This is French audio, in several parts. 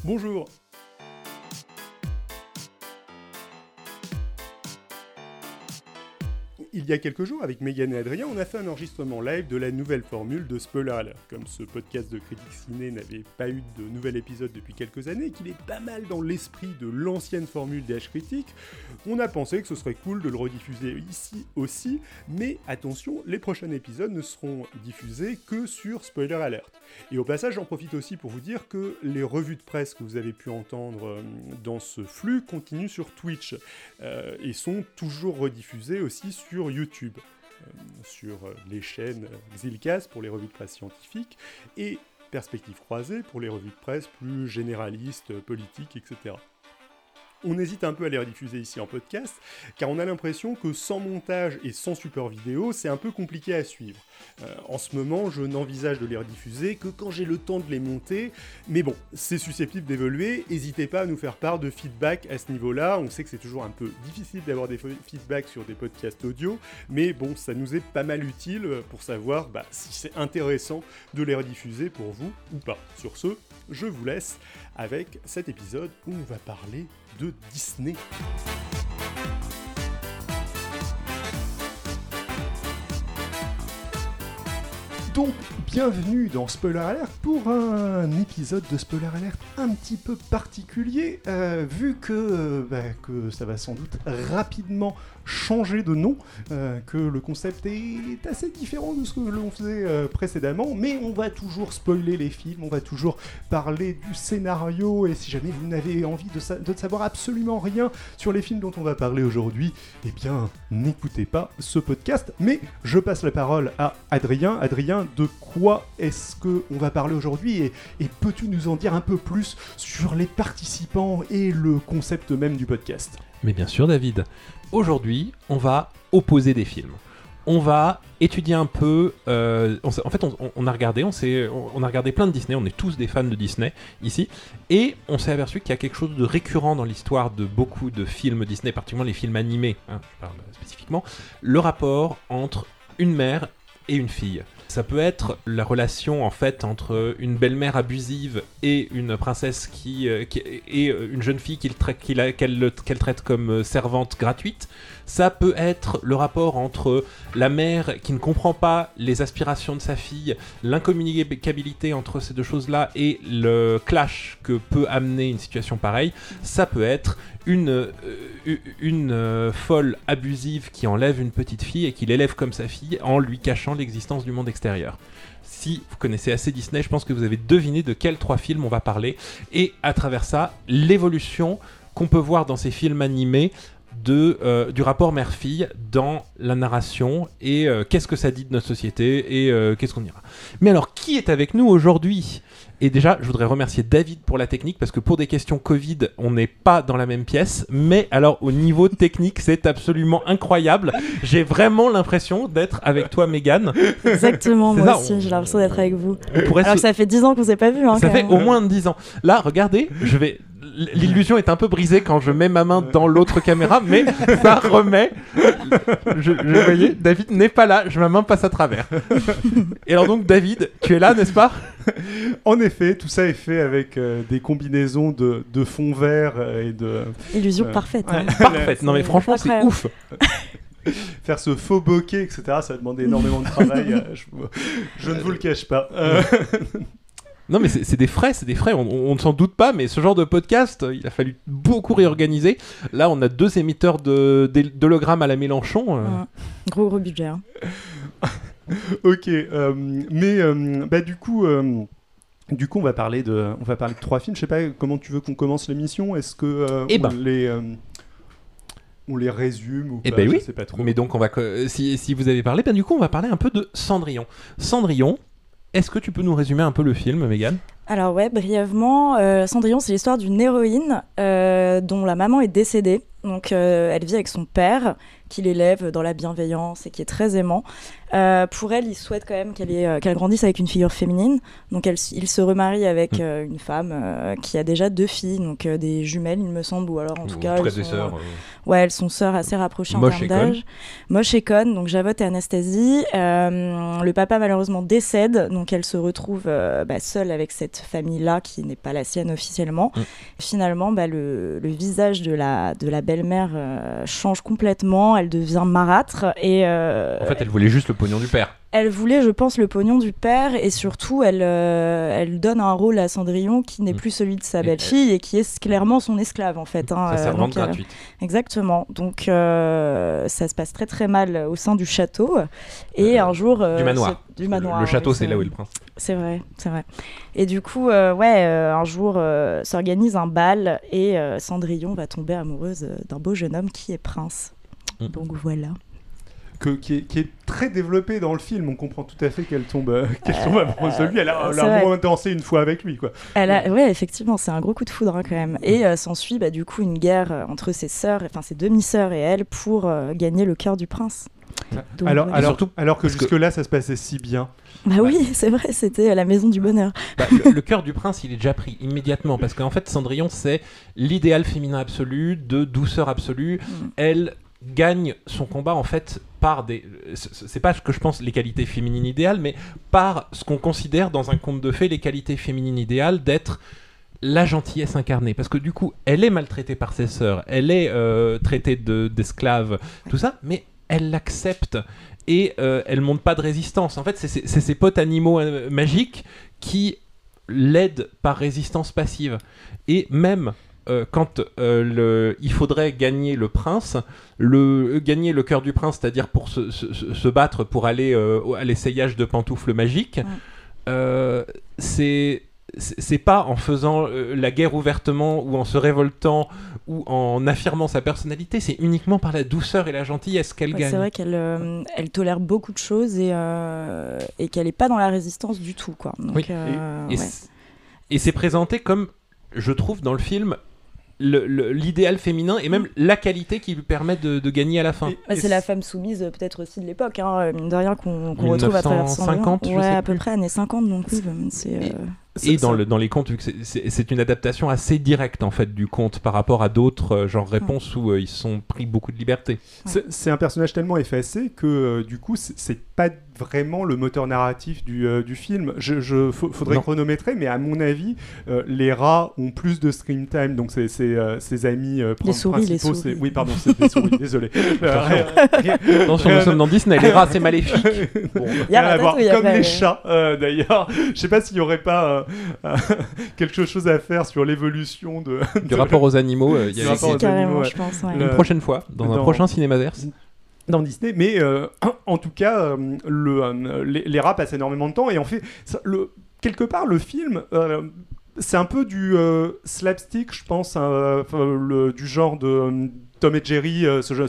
Bonjour. Il y a quelques jours, avec Mégane et Adrien, on a fait un enregistrement live de la nouvelle formule de Spoiler Alert. Comme ce podcast de critique ciné n'avait pas eu de nouvel épisode depuis quelques années et qu'il est pas mal dans l'esprit de l'ancienne formule des H-Critiques, on a pensé que ce serait cool de le rediffuser ici aussi, mais attention, les prochains épisodes ne seront diffusés que sur Spoiler Alert. Et au passage, j'en profite aussi pour vous dire que les revues de presse que vous avez pu entendre dans ce flux continuent sur Twitch et sont toujours rediffusées aussi sur YouTube, sur les chaînes Xilcast pour les revues de presse scientifiques et Perspectives croisées pour les revues de presse plus généralistes, politiques, etc. On hésite un peu à les rediffuser ici en podcast, car on a l'impression que sans montage et sans support vidéo, c'est un peu compliqué à suivre. En ce moment, je n'envisage de les rediffuser que quand j'ai le temps de les monter, mais bon, c'est susceptible d'évoluer, n'hésitez pas à nous faire part de feedback à ce niveau-là, on sait que c'est toujours un peu difficile d'avoir des feedbacks sur des podcasts audio, mais bon, ça nous est pas mal utile pour savoir si c'est intéressant de les rediffuser pour vous ou pas. Sur ce, je vous laisse avec cet épisode où on va parler de Disney. Donc, bienvenue dans Spoiler Alert pour un épisode de Spoiler Alert un petit peu particulier, vu que ça va sans doute rapidement changer de nom, que le concept est assez différent de ce que l'on faisait précédemment, mais on va toujours spoiler les films, on va toujours parler du scénario, et si jamais vous n'avez envie de savoir absolument rien sur les films dont on va parler aujourd'hui, eh bien, n'écoutez pas ce podcast, mais je passe la parole à Adrien. Adrien, de quoi est-ce qu'on va parler aujourd'hui, et peux-tu nous en dire un peu plus sur les participants et le concept même du podcast ? Mais bien sûr, David. Aujourd'hui, on va opposer des films. On va étudier un peu. On a regardé plein de Disney. On est tous des fans de Disney ici, et on s'est aperçu qu'il y a quelque chose de récurrent dans l'histoire de beaucoup de films Disney, particulièrement les films animés. Je parle spécifiquement le rapport entre une mère et une fille. Ça peut être la relation en fait entre une belle-mère abusive et une princesse et une jeune fille qu'elle traite comme servante gratuite. Ça peut être le rapport entre la mère qui ne comprend pas les aspirations de sa fille, l'incommunicabilité entre ces deux choses-là et le clash que peut amener une situation pareille. Ça peut être une folle abusive qui enlève une petite fille et qui l'élève comme sa fille en lui cachant l'existence du monde extérieur. Si vous connaissez assez Disney, je pense que vous avez deviné de quels 3 films on va parler, et à travers ça, l'évolution qu'on peut voir dans ces films animés du rapport mère-fille dans la narration, et qu'est-ce que ça dit de notre société, et qu'est-ce qu'on ira. Mais alors, qui est avec nous aujourd'hui ? Et déjà, je voudrais remercier David pour la technique, parce que pour des questions Covid, on n'est pas dans la même pièce, mais alors au niveau technique, c'est absolument incroyable. J'ai vraiment l'impression d'être avec toi, Mégane. Exactement, moi aussi, j'ai l'impression d'être avec vous. Alors que ça fait 10 ans qu'on ne s'est pas vus. Ça fait au moins 10 ans. Là, regardez, l'illusion est un peu brisée quand je mets ma main dans l'autre caméra, mais ça remet. Vous voyez, David n'est pas là, ma main passe à travers. Et alors donc, David, tu es là, n'est-ce pas ? En effet, tout ça est fait avec des combinaisons de fond vert et de... Illusion parfaite. Ouais. Parfaite, non mais franchement, c'est ouf. Faire ce faux bokeh, etc., ça demande énormément de travail, je ne vous le cache pas. Non mais c'est des frais, on ne s'en doute pas, mais ce genre de podcast, il a fallu beaucoup réorganiser. Là, on a 2 émetteurs d'hologrammes à la Mélenchon. Gros budget. Hein. Ok, mais du coup, on va parler de 3 films. Je sais pas comment tu veux qu'on commence l'émission. Est-ce que on les résume ou pas ? Ben oui. Je sais pas trop. Mais donc si vous avez parlé, du coup on va parler un peu de Cendrillon. Cendrillon, est-ce que tu peux nous résumer un peu le film, Mégane ? Alors ouais, brièvement, Cendrillon, c'est l'histoire d'une héroïne dont la maman est décédée. Donc elle vit avec son père qui l'élève dans la bienveillance et qui est très aimant. Pour elle, il souhaite quand même qu'elle grandisse avec une figure féminine. Donc il se remarie avec une femme qui a déjà 2 filles, donc des jumelles, il me semble, ou alors en tout cas des sœurs. Ouais, elles sont sœurs assez rapprochées en termes d'âge. Moche et conne, donc Javotte et Anastasie. Le papa malheureusement décède, donc elle se retrouve seule avec cette famille-là qui n'est pas la sienne officiellement. Finalement, le visage de la belle-mère change complètement, elle devient marâtre et en fait, elle voulait juste le pognon du père. Elle voulait, je pense, le pognon du père et surtout, elle donne un rôle à Cendrillon qui n'est plus celui de sa belle-fille et qui est clairement son esclave, en fait. Sa servante gratuite. Exactement. Donc, ça se passe très très mal au sein du château. Et un jour... du manoir. Du manoir. Le château, c'est là où est le prince. C'est vrai. Et du coup, un jour, s'organise un bal et Cendrillon va tomber amoureuse d'un beau jeune homme qui est prince. Donc voilà. Qui est très développée dans le film, on comprend tout à fait qu'elle tombe amoureuse de lui. Elle a au moins dansé une fois avec lui, quoi. Ouais, effectivement, c'est un gros coup de foudre quand même. Et s'ensuit du coup une guerre entre ses demi-sœurs et elle pour gagner le cœur du prince. Donc, alors que jusque-là, ça se passait si bien. Oui, c'est vrai, c'était la maison du bonheur. Le cœur du prince, il est déjà pris immédiatement, parce qu'en fait, Cendrillon, c'est l'idéal féminin absolu, de douceur absolue. Elle gagne son combat en fait par c'est pas ce que je pense les qualités féminines idéales, mais par ce qu'on considère dans un conte de fées les qualités féminines idéales d'être la gentillesse incarnée, parce que du coup elle est maltraitée par ses sœurs, elle est traitée d'esclave, tout ça, mais elle l'accepte et elle montre pas de résistance. En fait, c'est ses potes animaux magiques qui l'aident par résistance passive. Et même quand il faudrait gagner le prince, gagner le cœur du prince, c'est-à-dire pour se battre pour aller à l'essayage de pantoufles magiques, c'est pas en faisant la guerre ouvertement ou en se révoltant ou en affirmant sa personnalité, c'est uniquement par la douceur et la gentillesse qu'elle gagne. C'est vrai qu'elle elle tolère beaucoup de choses et qu'elle n'est pas dans la résistance du tout, quoi. Donc, oui. Et c'est présenté comme, je trouve, dans le film, l'idéal féminin et même la qualité qui lui permet de gagner à la fin. C'est la femme soumise peut-être aussi de l'époque, mine de rien, qu'on retrouve à travers 1950, à peu près années 50, donc oui, c'est... Et dans les contes, vu que c'est une adaptation assez directe en fait du conte par rapport à d'autres genre réponses où ils se sont pris beaucoup de liberté. C'est un personnage tellement effacé que du coup c'est pas vraiment le moteur narratif du film. Faudrait chronométrer, mais à mon avis, les rats ont plus de screen time, donc ses amis principaux. Oui, pardon, c'est des souris, désolé. Attention, nous sommes dans Disney, les rats c'est maléfique. Bon, rien à voir, comme les chats d'ailleurs. Je sais pas s'il y aurait pas quelque chose à faire sur l'évolution du rapport aux animaux. Il y a carrément, je pense. Une prochaine fois, dans un prochain Cinémaverse. Dans Disney, mais en tout cas, les rats passent énormément de temps et en fait, quelque part, le film, c'est un peu du slapstick, je pense, du genre de Tom et Jerry,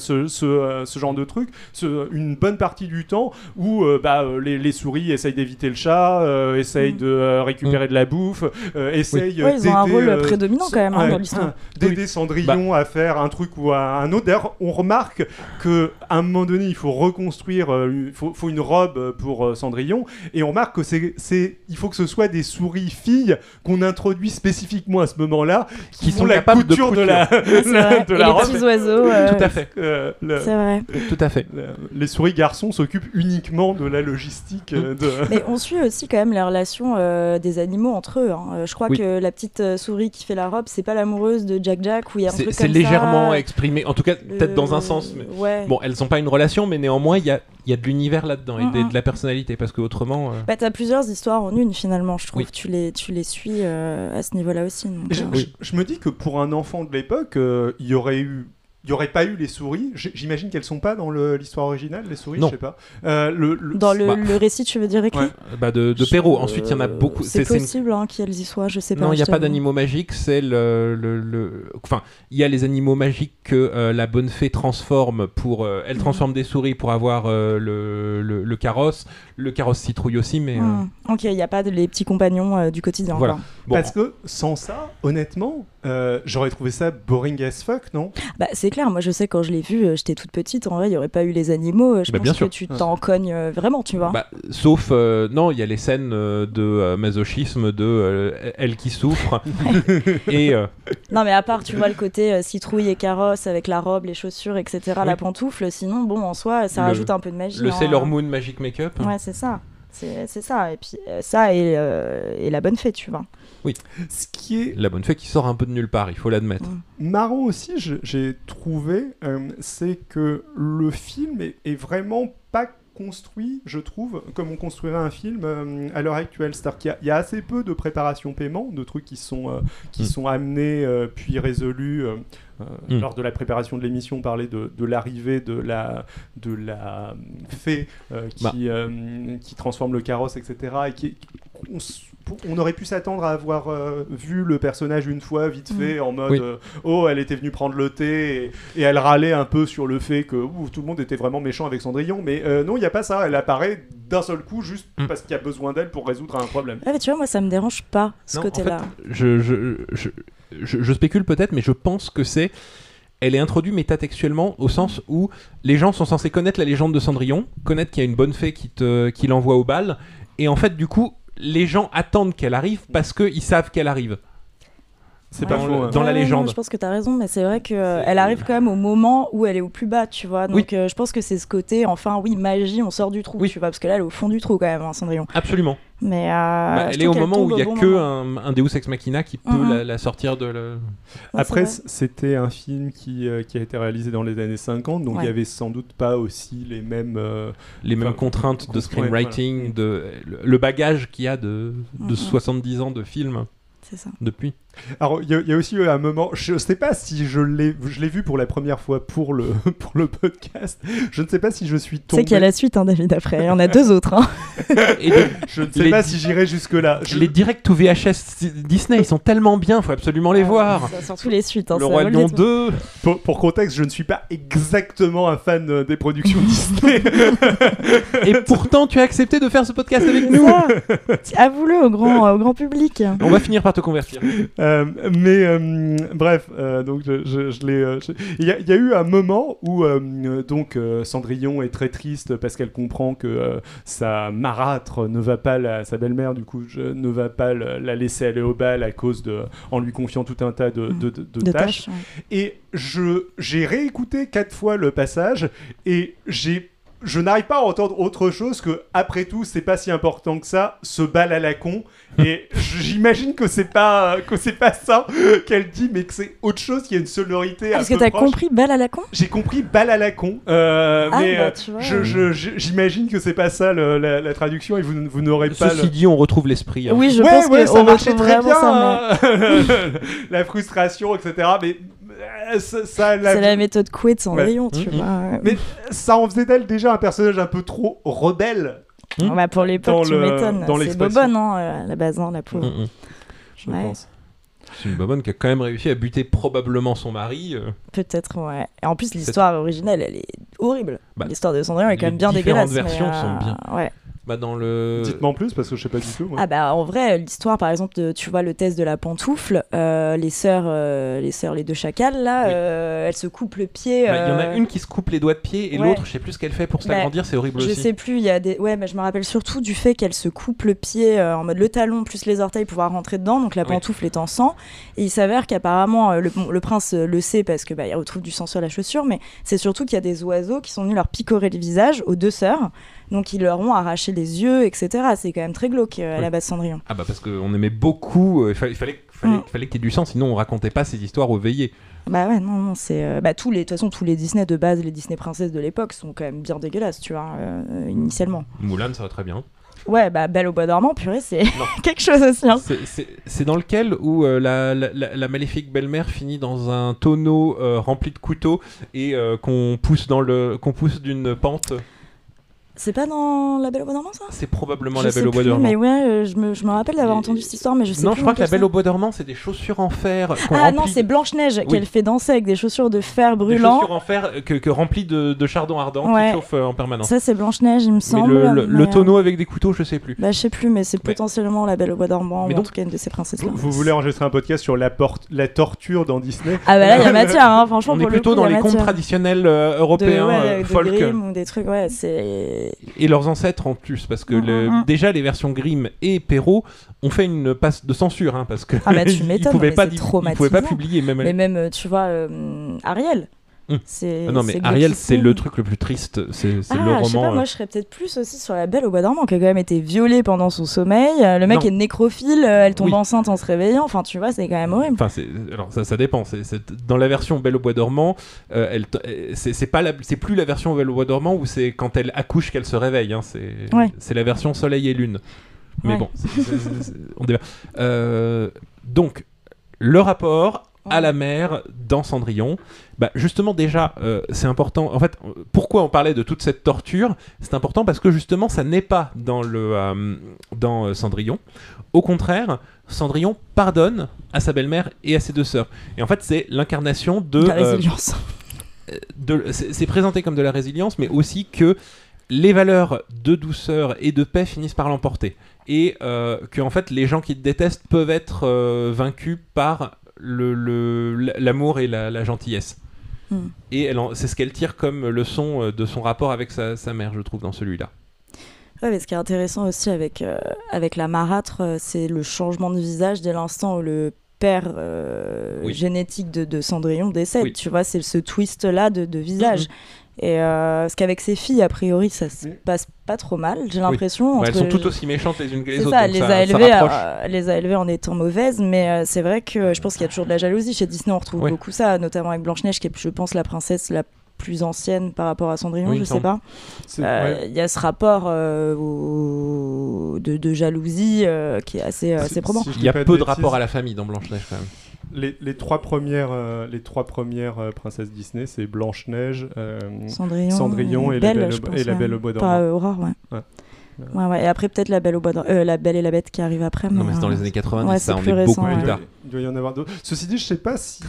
ce genre de truc, une bonne partie du temps où les souris essayent d'éviter le chat, essayent de récupérer de la bouffe, essayent ils ont un rôle prédominant quand même dans l'histoire. D'aider Cendrillon à faire un truc ou un autre. D'ailleurs, on remarque qu'à un moment donné, il faut reconstruire, il faut une robe pour Cendrillon, et on remarque que il faut que ce soit des souris filles qu'on introduit spécifiquement à ce moment-là, qui sont la couture de la robe. Petits oiseaux. Tout à fait. C'est vrai. Tout à fait. Les souris garçons s'occupent uniquement de la logistique. Mais on suit aussi quand même les relations des animaux entre eux. Je crois que la petite souris qui fait la robe, c'est pas l'amoureuse de Jack ou il y a un truc comme ça. C'est légèrement exprimé, en tout cas peut-être dans un sens. Mais... Ouais. Bon, elles n'ont pas une relation, mais néanmoins il y a de l'univers là-dedans et de la personnalité, parce que autrement. T'as plusieurs histoires en une finalement, je trouve. Oui. Tu les suis à ce niveau-là aussi. Donc, je me dis que pour un enfant de l'époque, il y aurait pas eu les souris. J'imagine qu'elles sont pas dans l'histoire originale, les souris. Non. Je sais pas. Dans le récit, tu veux dire écrit. De Perrault. Ensuite, il y en a beaucoup. C'est possible qu'elles y soient. Je sais pas. Non, il n'y a pas d'animaux magiques. C'est Enfin, il y a les animaux magiques que la bonne fée transforme pour. Elle transforme des souris pour avoir le carrosse. Le carrosse citrouille aussi, mais. Ok, il n'y a pas les petits compagnons du quotidien. Voilà. Bon. Parce que sans ça, honnêtement, j'aurais trouvé ça boring as fuck, non ? C'est clair. Moi, je sais, quand je l'ai vu, j'étais toute petite. En vrai, il n'y aurait pas eu les animaux. Je pense que tu t'en cognes vraiment, tu vois. Sauf, non, il y a les scènes de masochisme de elle qui souffre. Et, Non, mais à part, tu vois, le côté citrouille et carrosse avec la robe, les chaussures, etc., la pantoufle, sinon, bon, en soi, ça rajoute un peu de magie. Le Sailor Moon Magic Makeup. Ouais, c'est ça. C'est ça. Et puis, ça et la bonne fée, tu vois. Oui. Ce qui est la bonne fée qui sort un peu de nulle part, il faut l'admettre. Marrant aussi, j'ai trouvé, c'est que le film est vraiment pas construit, je trouve, comme on construirait un film à l'heure actuelle. C'est-à-dire qu'il y a assez peu de préparation paiement, de trucs qui sont amenés puis résolus. Lors de la préparation de l'émission, on parlait de l'arrivée de la fée qui transforme le carrosse, etc. Et on aurait pu s'attendre à avoir vu le personnage une fois, vite fait, en mode elle était venue prendre le thé et elle râlait un peu sur le fait que tout le monde était vraiment méchant avec Cendrillon. Mais non, il n'y a pas ça. Elle apparaît d'un seul coup juste parce qu'il y a besoin d'elle pour résoudre un problème. Mais tu vois, moi, ça me dérange pas, ce côté-là. En fait, je spécule peut-être, mais je pense que elle est introduite métatextuellement au sens où les gens sont censés connaître la légende de Cendrillon, connaître qu'il y a une bonne fée qui l'envoie au bal, et en fait, du coup, les gens attendent qu'elle arrive parce qu'ils savent qu'elle arrive. C'est pas faux, dans la légende. Non, je pense que t'as raison, mais c'est vrai qu'elle arrive quand même au moment où elle est au plus bas, tu vois. Donc je pense que c'est ce côté, magie, on sort du trou, tu vois, parce que là, elle est au fond du trou quand même, Cendrillon. Absolument. Mais elle est au moment où il n'y a que un Deus Ex Machina qui peut la sortir de le... Après, c'était un film qui a été réalisé dans les années 50, donc il n'y avait sans doute pas aussi les mêmes contraintes de screenwriting, le bagage qu'il y a de 70 ans de film. C'est ça. Depuis. Alors, il y a aussi un moment, je ne sais pas si je l'ai vu pour la première fois pour le podcast, je ne sais pas si je suis tombé... C'est qu'il y a la suite, David, après, il y en a 2 autres. Je ne sais pas si j'irai jusque-là. Les directs to VHS Disney, ils sont tellement bien, il faut absolument les voir. Surtout les suites. Le Roi Lion 2. Pour contexte, je ne suis pas exactement un fan des productions Disney. Et pourtant, tu as accepté de faire ce podcast avec nous. Avoue-le au grand public. On va finir par te convertir. Bref, donc je l'ai. Il y a eu un moment où Cendrillon est très triste parce qu'elle comprend que sa marâtre ne va pas, sa belle-mère du coup, ne va pas la laisser aller au bal à cause en lui confiant tout un tas de tâches. Et j'ai réécouté 4 fois le passage et je n'arrive pas à entendre autre chose que, après tout, c'est pas si important que ça, ce bal à la con. Et j'imagine que c'est pas ça qu'elle dit, mais que c'est autre chose, qu'il y a une sonorité un peu proche. Est-ce que t'as compris bal à la con ? J'ai compris bal à la con, mais tu vois, j'imagine que c'est pas ça la traduction et vous n'aurez pas. Ceci dit, on retrouve l'esprit. Hein. Oui, je pense que ça marchait très bien. Ça, la frustration, etc. Mais c'est la méthode Coué de Cendrillon, tu vois. Mais ça en faisait d'elle déjà un personnage un peu trop rebelle. Pour l'époque, tu m'étonnes. C'est Bobonne, à la base, la pauvre. Je pense. C'est une Bobonne qui a quand même réussi à buter probablement son mari. Peut-être, ouais. Et en plus, l'histoire originelle, elle est horrible. L'histoire de Cendrillon est quand même bien dégueulasse. Les différentes versions sont bien. Ouais. Dites-moi en plus parce que je sais pas du tout. Moi. En vrai, l'histoire, par exemple, tu vois le test de la pantoufle, les sœurs, les 2 chacals là, elles se coupent le pied. Il y en a une qui se coupe les doigts de pied et l'autre, je sais plus ce qu'elle fait pour se l'agrandir, c'est horrible aussi. Je sais plus, il y a des, je me rappelle surtout du fait qu'elle se coupe le pied en mode le talon plus les orteils pour pouvoir rentrer dedans, donc la pantoufle est en sang. Et il s'avère qu'apparemment le prince le sait parce que il retrouve du sang sur la chaussure, mais c'est surtout qu'il y a des oiseaux qui sont venus leur picorer le visage aux 2 sœurs. Donc ils leur ont arraché les yeux, etc. C'est quand même très glauque à la base Cendrillon. Parce qu'on aimait beaucoup. Il fallait qu'il y ait du sang, sinon on racontait pas ces histoires aux veillées. Non, c'est de toute façon tous les Disney de base, les Disney princesses de l'époque sont quand même bien dégueulasses, tu vois, initialement. Moulin, ça va très bien. Ouais, Belle au bois dormant, purée, c'est quelque chose aussi. Hein. C'est dans lequel où la maléfique belle-mère finit dans un tonneau rempli de couteaux et qu'on pousse d'une pente. C'est pas dans La Belle au Bois dormant, ça? C'est probablement La Belle au Bois dormant. Mais ouais, je me rappelle d'avoir entendu cette histoire, mais je sais plus. Non, je crois que La Belle au Bois dormant, c'est des chaussures en fer. Non, c'est Blanche-Neige qu'elle fait danser avec des chaussures de fer brûlant. Des chaussures en fer que remplies de chardon ardent qui chauffent en permanence. Ça, c'est Blanche-Neige, il me semble. Mais le tonneau avec des couteaux, je sais plus. Bah, je sais plus, mais c'est potentiellement La Belle au Bois dormant, ou en tout cas une de ces princesses-là. Vous voulez enregistrer un podcast sur la torture dans Disney? Ah bah là, il y a matière, hein, franchement. On est plutôt dans les contes traditionnels européens, folk. De Grimm ou des trucs, c'est... Et leurs ancêtres en plus, parce que déjà les versions Grimm et Perrault ont fait une passe de censure, hein, parce que tu m'étonnes, ils pouvaient pas publier même tu vois Ariel. Non mais Ariel, c'est le truc le plus triste, c'est le roman. Je sais pas, moi je serais peut-être plus aussi sur La Belle au Bois dormant, qui a quand même été violée pendant son sommeil. Le mec est nécrophile, elle tombe enceinte en se réveillant. Enfin, tu vois, c'est quand même horrible. Enfin, alors ça dépend. Dans la version Belle au Bois dormant, c'est plus la version Belle au Bois dormant où c'est quand elle accouche qu'elle se réveille. Hein. C'est la version Soleil et Lune. Mais bon, on débat. Donc, le rapport à la mère dans Cendrillon, justement déjà c'est important. En fait, pourquoi on parlait de toute cette torture? C'est important parce que justement ça n'est pas dans Cendrillon. Au contraire, Cendrillon pardonne à sa belle-mère et à ses deux sœurs. Et en fait, c'est l'incarnation de la résilience. C'est présenté comme de la résilience, mais aussi que les valeurs de douceur et de paix finissent par l'emporter. Et que en fait, les gens qui te détestent peuvent être vaincus par l'amour et la gentillesse. Et c'est ce qu'elle tire comme leçon de son rapport avec sa mère, je trouve, dans celui-là. Ouais, mais ce qui est intéressant aussi avec la marâtre, c'est le changement de visage dès l'instant où le père génétique de Cendrillon décède. Tu vois, c'est ce twist-là de visage. Et parce qu'avec ses filles, a priori, ça se passe pas trop mal, j'ai l'impression. Elles sont toutes aussi méchantes les unes que les autres. Elle les a élevées en étant mauvaises, mais c'est vrai que je pense qu'il y a toujours de la jalousie. Chez Disney, on retrouve beaucoup ça, notamment avec Blanche-Neige, qui est, je pense, la princesse la plus ancienne par rapport à Cendrillon, je sais pas. Il y a ce rapport de jalousie qui est assez probant. Il y a peu de rapport à la famille dans Blanche-Neige, quand même. Les trois premières princesses Disney, c'est Blanche-Neige, Cendrillon et La Belle au Bois dormant. Aurore, ouais. Et après peut-être La Belle au Bois dormant, La Belle et la Bête qui arrive après. Non, mais c'est dans les années 90, ça, on est beaucoup plus tard. Il doit y en avoir d'autres. Ceci dit, je sais pas si...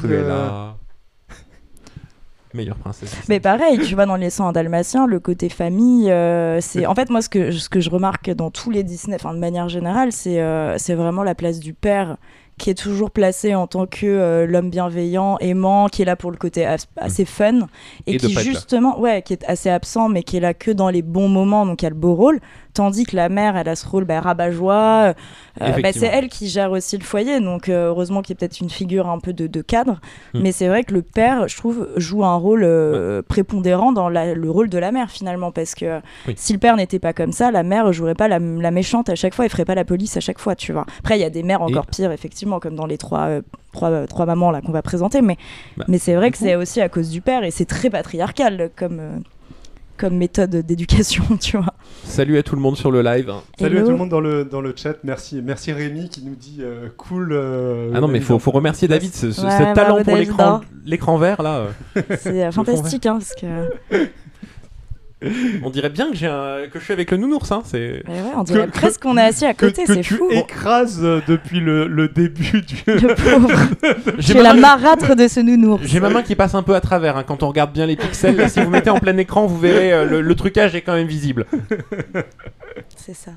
Meilleure princesse. Mais pareil, tu vois, dans les 101 Dalmatiens, le côté famille, c'est... En fait, moi, ce que je remarque dans tous les Disney, de manière générale, c'est vraiment la place du père, qui est toujours placé en tant que l'homme bienveillant, aimant, qui est là pour le côté assez fun, et qui justement, qui est assez absent, mais qui est là que dans les bons moments, donc il y a le beau rôle, tandis que la mère, elle a ce rôle rabat-joie, c'est elle qui gère aussi le foyer, donc heureusement qu'il y a peut-être une figure un peu de cadre, mais c'est vrai que le père, je trouve, joue un rôle prépondérant dans le rôle de la mère, finalement, parce que si le père n'était pas comme ça, la mère jouerait pas la méchante à chaque fois, elle ferait pas la police à chaque fois, tu vois. Après, il y a des mères encore pires, effectivement, comme dans les trois mamans là qu'on va présenter, mais c'est vrai que c'est aussi à cause du père, et c'est très patriarcal comme méthode d'éducation, tu vois. Salut à tout le monde sur le live. Salut à tout le monde dans le chat. Merci Rémi qui nous dit cool. Non, mais faut remercier David, ce talent pour l'écran vert là. C'est fantastique, parce que. On dirait bien que je suis avec le nounours, hein. On dirait presque qu'on est assis à côté, c'est fou. Que tu écrases depuis le début du... Le pauvre. J'ai la marâtre de ce nounours. J'ai ma main qui passe un peu à travers, hein, quand on regarde bien les pixels. Là, si vous mettez en plein écran, vous verrez, le trucage est quand même visible. C'est ça.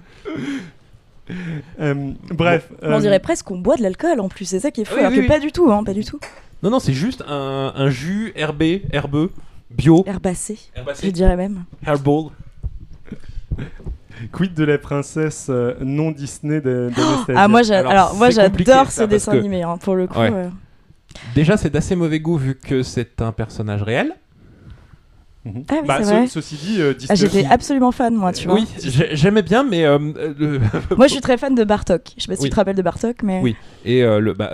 Bref. On dirait presque qu'on boit de l'alcool en plus, c'est ça qui est fou. Alors que pas du tout, pas du tout. Non, c'est juste un jus herbeux. Bio. Herbacé, je dirais même. Herbal. Quid de la princesse non Disney d'Anastasia? Moi j'adore ce dessin animé, pour le coup. Déjà, c'est d'assez mauvais goût vu que c'est un personnage réel. Ah oui, c'est vrai. Ceci dit, Disney... j'étais absolument fan, moi, tu vois. Oui, j'aimais bien, mais... Moi, je suis très fan de Bartok. Je sais pas si tu te rappelles de Bartok, mais... Oui, et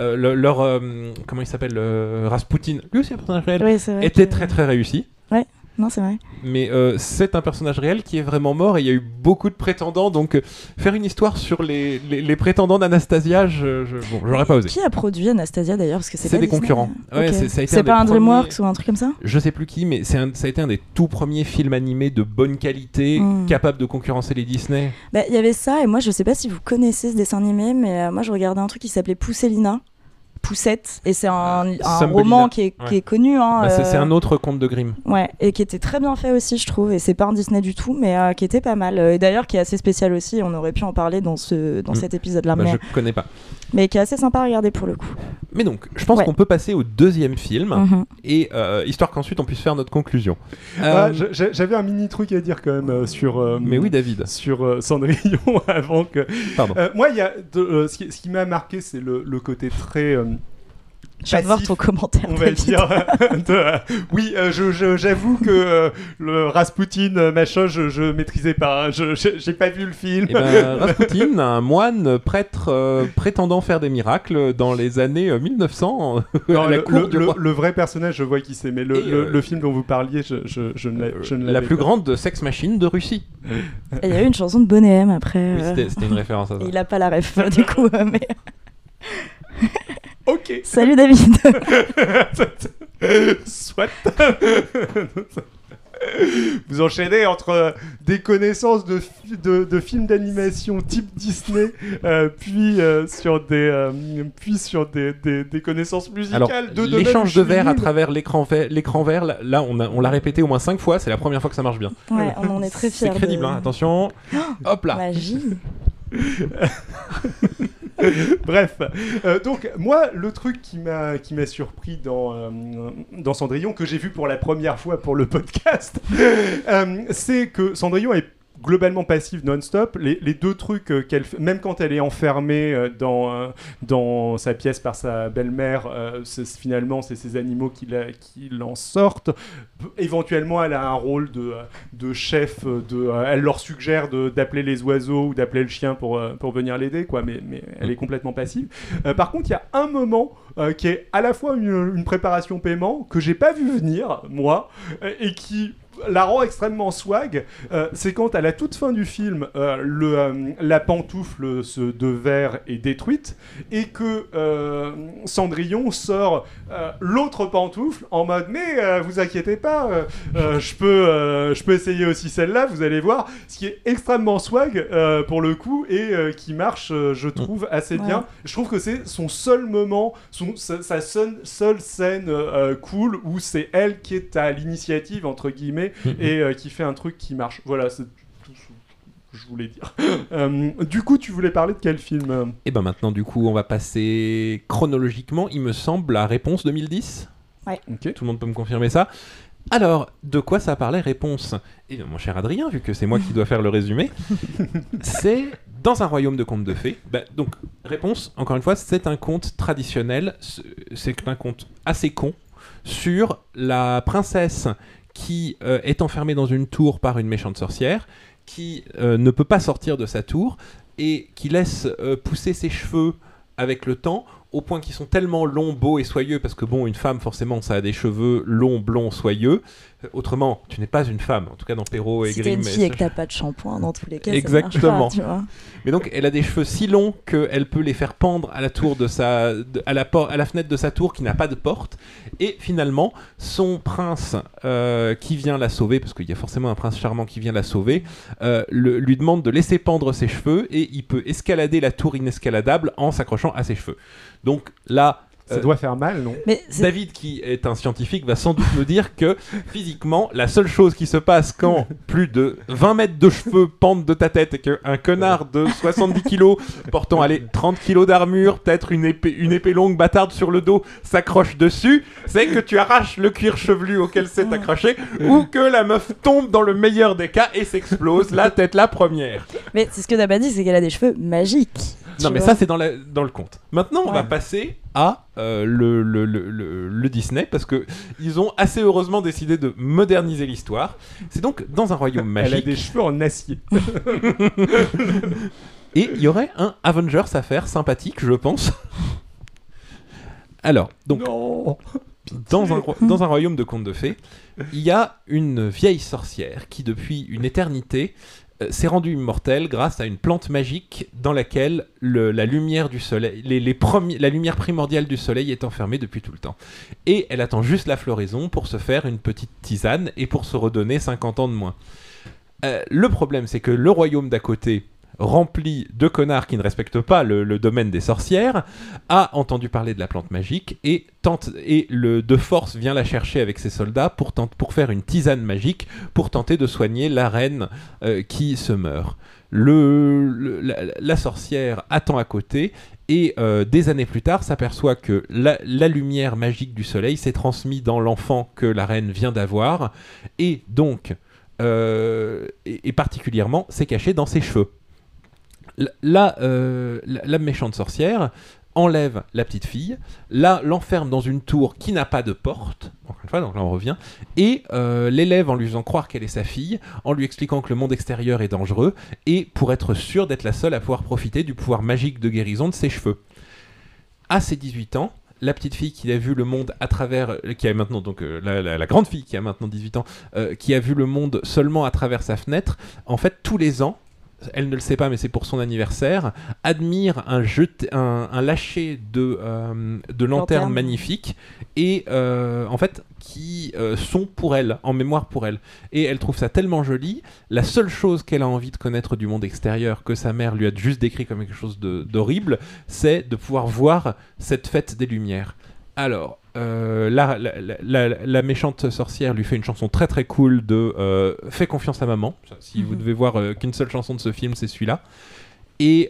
leur... comment il s'appelle Rasputin, lui aussi un personnage réel, était très très réussi. Ouais. Non, c'est vrai. Mais c'est un personnage réel qui est vraiment mort et il y a eu beaucoup de prétendants. Donc faire une histoire sur les prétendants d'Anastasia, j'aurais pas osé. Qui a produit Anastasia d'ailleurs? Parce que c'est pas des Disney. concurrents. Ouais, Okay. Ça a été c'est pas un premiers... DreamWorks ou un truc comme ça? Je sais plus qui, mais ça a été un des tout premiers films animés de bonne qualité, capable de concurrencer les Disney. Bah, y avait ça, et moi je sais pas si vous connaissez ce dessin animé, mais moi je regardais un truc qui s'appelait Pousselina. Poussette, et c'est un roman qui est connu. Hein, c'est un autre conte de Grimm. Ouais, et qui était très bien fait aussi, je trouve, et c'est pas un Disney du tout, mais qui était pas mal. Et d'ailleurs, qui est assez spécial aussi, on aurait pu en parler dans cet épisode-là. Je connais pas. Mais qui est assez sympa à regarder pour le coup. Mais donc, je pense qu'on peut passer au deuxième film, et histoire qu'ensuite on puisse faire notre conclusion. J'avais un mini truc à dire quand même sur. Mais oui, David. Sur Cendrillon avant que. Pardon. Moi, il y a ce qui m'a marqué, c'est le côté très. Je viens de voir ton commentaire. On va dire. Oui, j'avoue que le Rasputin, machin, je maîtrisais pas. J'ai pas vu le film. Eh ben, Rasputin, un moine prêtre prétendant faire des miracles dans les années 1900. Non, le vrai personnage, je vois qui c'est, mais le film dont vous parliez, je ne l'avais la plus pas. grande sex machine de Russie. Et il y a eu une chanson de Bonnet M après. Oui, c'était une référence à ça. Et il a pas la ref, du coup, mais. Ok. Salut David. Soit. Vous enchaînez entre des connaissances de films d'animation type Disney, puis sur des connaissances musicales. Alors, l'échange de verre à travers l'écran vert, là on l'a répété au moins 5 fois, c'est la première fois que ça marche bien. Ouais, on en est très fiers. C'est crédible, hein, attention. Hop là. Magie. Bref, donc moi le truc qui m'a surpris dans Cendrillon, que j'ai vu pour la première fois pour le podcast, c'est que Cendrillon est globalement passive non-stop. Les deux trucs qu'elle fait, même quand elle est enfermée dans sa pièce par sa belle-mère, finalement c'est ces animaux qui l'en sortent. Éventuellement elle a un rôle de chef, elle leur suggère d'appeler les oiseaux ou d'appeler le chien pour venir l'aider, quoi, mais elle est complètement passive. Par contre il y a un moment qui est à la fois une préparation paiement que j'ai pas vu venir moi, et qui la rend extrêmement swag. C'est quand à la toute fin du film la pantoufle de verre est détruite et que Cendrillon sort l'autre pantoufle en mode mais vous inquiétez pas, je peux essayer aussi celle-là, vous allez voir, ce qui est extrêmement swag pour le coup, et qui marche je trouve assez bien. Je trouve que c'est son seul moment, sa seule scène cool où c'est elle qui est à l'initiative entre guillemets et qui fait un truc qui marche. Voilà, c'est tout ce que je voulais dire. Du coup, tu voulais parler de quel film ? Et ben maintenant, du coup, on va passer chronologiquement, il me semble, à Réponse 2010. Ouais. Okay. Tout le monde peut me confirmer ça. Alors, de quoi ça parlait Réponse ? Eh bien, mon cher Adrien, vu que c'est moi qui dois faire le résumé, c'est dans un royaume de contes de fées. Donc, Réponse, encore une fois, c'est un conte traditionnel, c'est un conte assez con sur la princesse qui est enfermée dans une tour par une méchante sorcière, qui ne peut pas sortir de sa tour, et qui laisse pousser ses cheveux avec le temps, au point qu'ils sont tellement longs, beaux et soyeux, parce que bon, une femme, forcément, ça a des cheveux longs, blonds, soyeux. Autrement, tu n'es pas une femme, en tout cas dans Perrault et Grimm. Si t'es une fille et que t'as pas de shampoing, dans tous les cas, exactement. Ça marche pas, tu vois. Mais donc, elle a des cheveux si longs qu'elle peut les faire pendre à la tour à la fenêtre de sa tour qui n'a pas de porte. Et finalement, son prince qui vient la sauver, parce qu'il y a forcément un prince charmant qui vient la sauver, lui demande de laisser pendre ses cheveux, et il peut escalader la tour inescaladable en s'accrochant à ses cheveux. Donc là, ça doit faire mal, non ? David, qui est un scientifique, va sans doute nous dire que physiquement, la seule chose qui se passe quand plus de 20 mètres de cheveux pendent de ta tête et qu'un connard de 70 kilos, portant 30 kilos d'armure, peut-être une épée longue bâtarde sur le dos, s'accroche dessus, c'est que tu arraches le cuir chevelu auquel c'est accroché, ou que la meuf tombe dans le meilleur des cas et s'explose la tête la première. Mais c'est ce que t'as pas dit, c'est qu'elle a des cheveux magiques. Non, mais ça, c'est dans le conte. Maintenant, on va passer à le Disney, parce que ils ont assez heureusement décidé de moderniser l'histoire. C'est donc dans un royaume magique. Elle a des cheveux en acier. Et il y aurait un Avengers à faire sympathique, je pense. Alors, donc... Non. Dans un royaume de contes de fées, il y a une vieille sorcière qui, depuis une éternité, s'est rendue immortelle grâce à une plante magique dans laquelle la lumière du soleil, la lumière primordiale du soleil est enfermée depuis tout le temps. Et elle attend juste la floraison pour se faire une petite tisane et pour se redonner 50 ans de moins. Le problème, c'est que le royaume d'à côté, rempli de connards qui ne respectent pas le domaine des sorcières, a entendu parler de la plante magique et de force vient la chercher avec ses soldats pour faire une tisane magique pour tenter de soigner la reine qui se meurt. La sorcière attend à côté et des années plus tard s'aperçoit que la lumière magique du soleil s'est transmise dans l'enfant que la reine vient d'avoir et donc et particulièrement s'est cachée dans ses cheveux. La méchante sorcière enlève la petite fille, l'enferme dans une tour qui n'a pas de porte, encore une fois, donc là on revient, et l'élève en lui faisant croire qu'elle est sa fille, en lui expliquant que le monde extérieur est dangereux, et pour être sûre d'être la seule à pouvoir profiter du pouvoir magique de guérison de ses cheveux. À ses 18 ans, la petite fille qui a vu le monde à travers, qui a maintenant donc la grande fille qui a maintenant 18 ans, qui a vu le monde seulement à travers sa fenêtre, en fait tous les ans, elle ne le sait pas mais c'est pour son anniversaire, admire un lâcher de lanternes magnifiques et en fait qui sont pour elle, en mémoire pour elle, et elle trouve ça tellement joli. La seule chose qu'elle a envie de connaître du monde extérieur, que sa mère lui a juste décrit comme quelque chose d'horrible, c'est de pouvoir voir cette fête des lumières. Alors la méchante sorcière lui fait une chanson très très cool de Fais confiance à maman. Si vous devez voir qu'une seule chanson de ce film, c'est celui-là. Et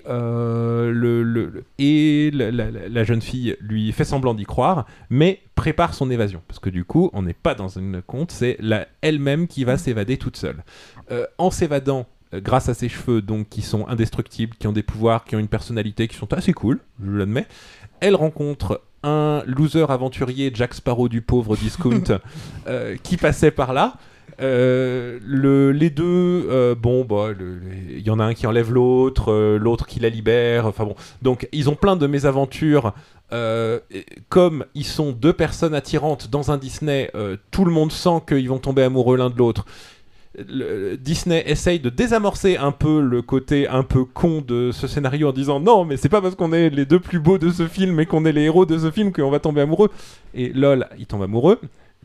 la jeune fille lui fait semblant d'y croire, mais prépare son évasion. Parce que du coup, on n'est pas dans une conte, c'est elle-même qui va s'évader toute seule. En s'évadant, grâce à ses cheveux donc, qui sont indestructibles, qui ont des pouvoirs, qui ont une personnalité, qui sont assez cool, je l'admets, elle rencontre un loser aventurier, Jack Sparrow du pauvre discount, qui passait par là. Les deux, il y en a un qui enlève l'autre, l'autre qui la libère. Enfin bon, donc ils ont plein de mésaventures. Comme ils sont deux personnes attirantes dans un Disney, tout le monde sent qu'ils vont tomber amoureux l'un de l'autre. Disney essaye de désamorcer un peu le côté un peu con de ce scénario en disant non mais c'est pas parce qu'on est les deux plus beaux de ce film et qu'on est les héros de ce film qu'on va tomber amoureux, et lol, ils tombent amoureux.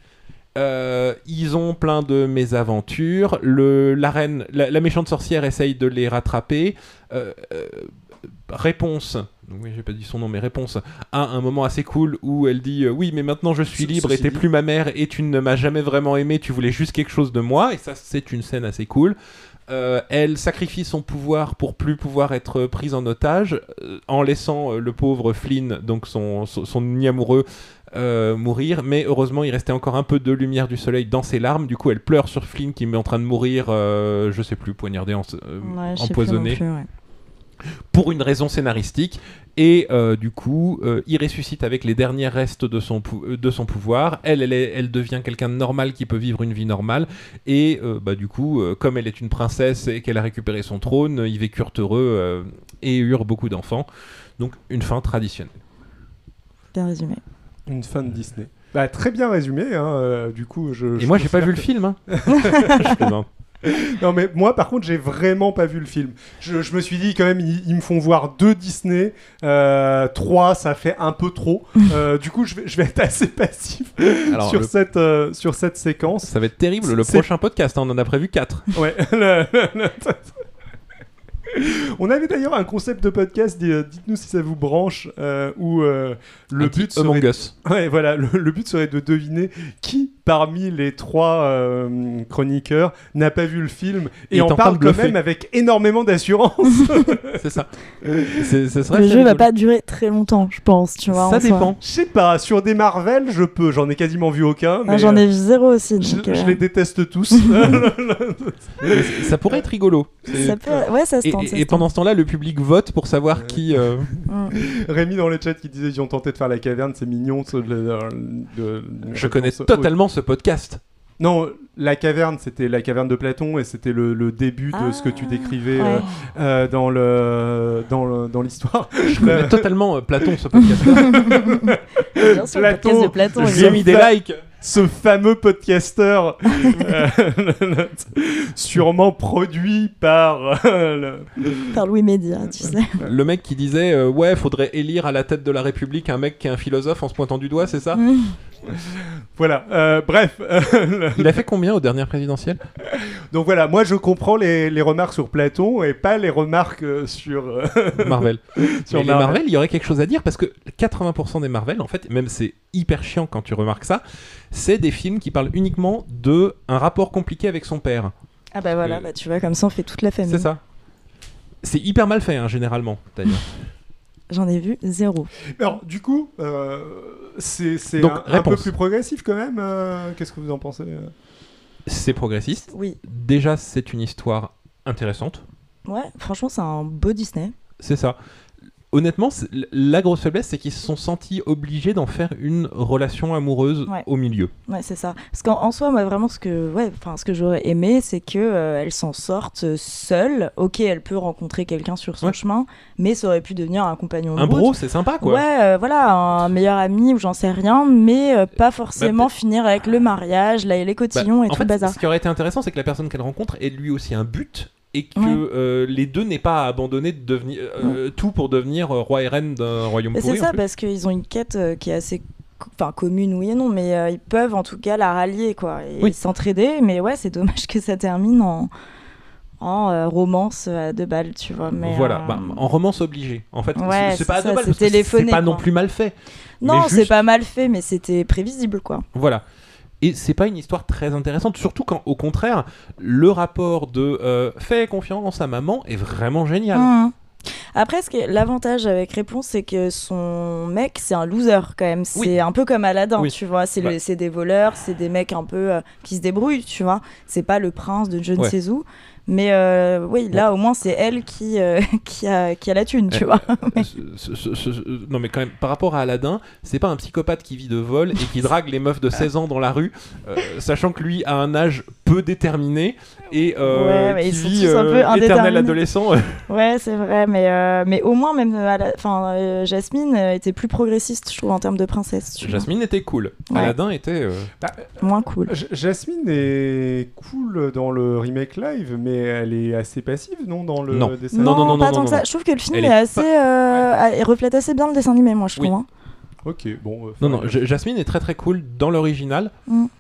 Ils ont plein de mésaventures. La reine, la méchante sorcière essaye de les rattraper. Réponse, oui, j'ai pas dit son nom, mais Réponse a un moment assez cool où elle dit oui, mais maintenant je suis libre et t'es plus ma mère et tu ne m'as jamais vraiment aimé, tu voulais juste quelque chose de moi, et ça c'est une scène assez cool. Elle sacrifie son pouvoir pour plus pouvoir être prise en otage en laissant le pauvre Flynn, donc son amoureux, mourir, mais heureusement il restait encore un peu de lumière du soleil dans ses larmes. Du coup elle pleure sur Flynn qui est en train de mourir, je sais plus, poignardé, empoisonné, pour une raison scénaristique, et du coup il ressuscite avec les derniers restes de son pouvoir. Elle devient quelqu'un de normal qui peut vivre une vie normale, et du coup comme elle est une princesse et qu'elle a récupéré son trône, ils vécurent heureux et eurent beaucoup d'enfants. Donc une fin traditionnelle. Bien résumé. Une fin de Disney. Bah, très bien résumé, hein. Du coup, et moi j'ai pas vu le film, hein. Je plaisante. Non mais moi par contre j'ai vraiment pas vu le film. Je me suis dit quand même ils me font voir 2 Disney, 3 ça fait un peu trop. Du coup je vais être assez passif. Alors, sur cette séquence. Ça va être terrible, le prochain podcast, hein, on en a prévu 4. Ouais. On avait d'ailleurs un concept de podcast, dites-nous si ça vous branche, où le but serait... Among Us. Ouais, voilà, le but serait de deviner qui parmi les 3 chroniqueurs n'a pas vu le film, et en parle quand même avec énormément d'assurance. C'est ça. Le jeu va pas durer très longtemps, je pense, tu vois. Ça dépend. Je sais pas, sur des Marvel, j'en ai quasiment vu aucun. Mais j'en ai vu 0 aussi. Je les déteste tous. Ça pourrait être rigolo. Ça peut... Ouais, ça se tente. Et pendant ce temps-là, le public vote pour savoir qui... Rémi dans le chat qui disait ils ont tenté de faire la caverne, c'est mignon. Je connais totalement ce podcast. Non, la caverne, c'était la caverne de Platon et c'était le début de ce que tu décrivais dans l'histoire. Je connais totalement Platon, ce podcast-là. Bien sûr, le podcast de Platon. J'ai mis des likes. Ce fameux podcasteur sûrement produit par par Louis Média, tu sais. Le mec qui disait ouais, faudrait élire à la tête de la République un mec qui est un philosophe en se pointant du doigt, c'est ça? Voilà, bref. Il a fait combien aux dernières présidentielles? Donc voilà, moi je comprends les remarques sur Platon et pas les remarques sur Marvel. Sur les Marvel, il y aurait quelque chose à dire parce que 80% des Marvel, en fait, même c'est hyper chiant quand tu remarques ça, c'est des films qui parlent uniquement de un rapport compliqué avec son père. Ah bah voilà, tu vois, comme ça on fait toute la famille. C'est ça. C'est hyper mal fait, hein, généralement, d'ailleurs. J'en ai vu 0. Alors, du coup, c'est un peu plus progressif quand même. Qu'est-ce que vous en pensez? C'est progressiste. Oui. Déjà, c'est une histoire intéressante. Ouais, franchement, c'est un beau Disney. C'est ça. Honnêtement, la grosse faiblesse, c'est qu'ils se sont sentis obligés d'en faire une relation amoureuse au milieu. Ouais, c'est ça. Parce qu'en soi, moi, vraiment, ce que j'aurais aimé, c'est qu'elle s'en sorte seule. Ok, elle peut rencontrer quelqu'un sur son chemin, mais ça aurait pu devenir un compagnon de route. Un bro, c'est sympa, quoi. Ouais, voilà, un meilleur ami ou j'en sais rien, mais pas forcément finir avec le mariage, les cotillons et tout le bazar. Ce qui aurait été intéressant, c'est que la personne qu'elle rencontre ait lui aussi un but. Et que les deux n'aient pas à abandonner de devenir, tout pour devenir roi et reine d'un royaume pourri. C'est ça, parce qu'ils ont une quête qui est assez commune, oui et non, mais ils peuvent en tout cas la rallier, quoi, et s'entraider. Mais ouais, c'est dommage que ça termine en romance à 2 balles, tu vois. Mais, voilà, en romance obligée. En fait, c'est pas à 2 balles, c'est téléphoné, c'est pas non plus mal fait. Non, c'est pas mal fait, mais c'était prévisible, quoi. Voilà. Et c'est pas une histoire très intéressante, surtout quand, au contraire, le rapport de fais confiance à maman est vraiment génial. Après, l'avantage avec Réponse, c'est que son mec, c'est un loser quand même. C'est un peu comme Aladdin, tu vois. C'est des voleurs, c'est des mecs un peu qui se débrouillent, tu vois. C'est pas le prince de je ne sais où. Mais là, au moins, c'est elle qui a la thune, tu vois. Non, mais quand même, par rapport à Aladdin, c'est pas un psychopathe qui vit de vol et qui drague les meufs de 16 ans dans la rue, sachant que lui a un âge peu déterminé et qui vit éternel adolescent. Ouais, c'est vrai, mais au moins, même Jasmine était plus progressiste, je trouve, en termes de princesse. Jasmine était cool. Aladdin était moins cool. Jasmine est cool dans le remake live, mais elle est assez passive, non, dans le dessin animé. Non, pas tant que ça. Je trouve que le film est assez, il reflète assez bien le dessin animé, moi, je trouve. Hein. Ok, bon. Non, Jasmine est très très cool dans l'original.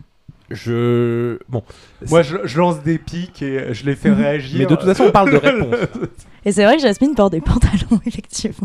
Moi, je lance des pics et je les fais réagir. Mais de toute façon, on parle de réponse. Et c'est vrai que Jasmine porte des pantalons, effectivement.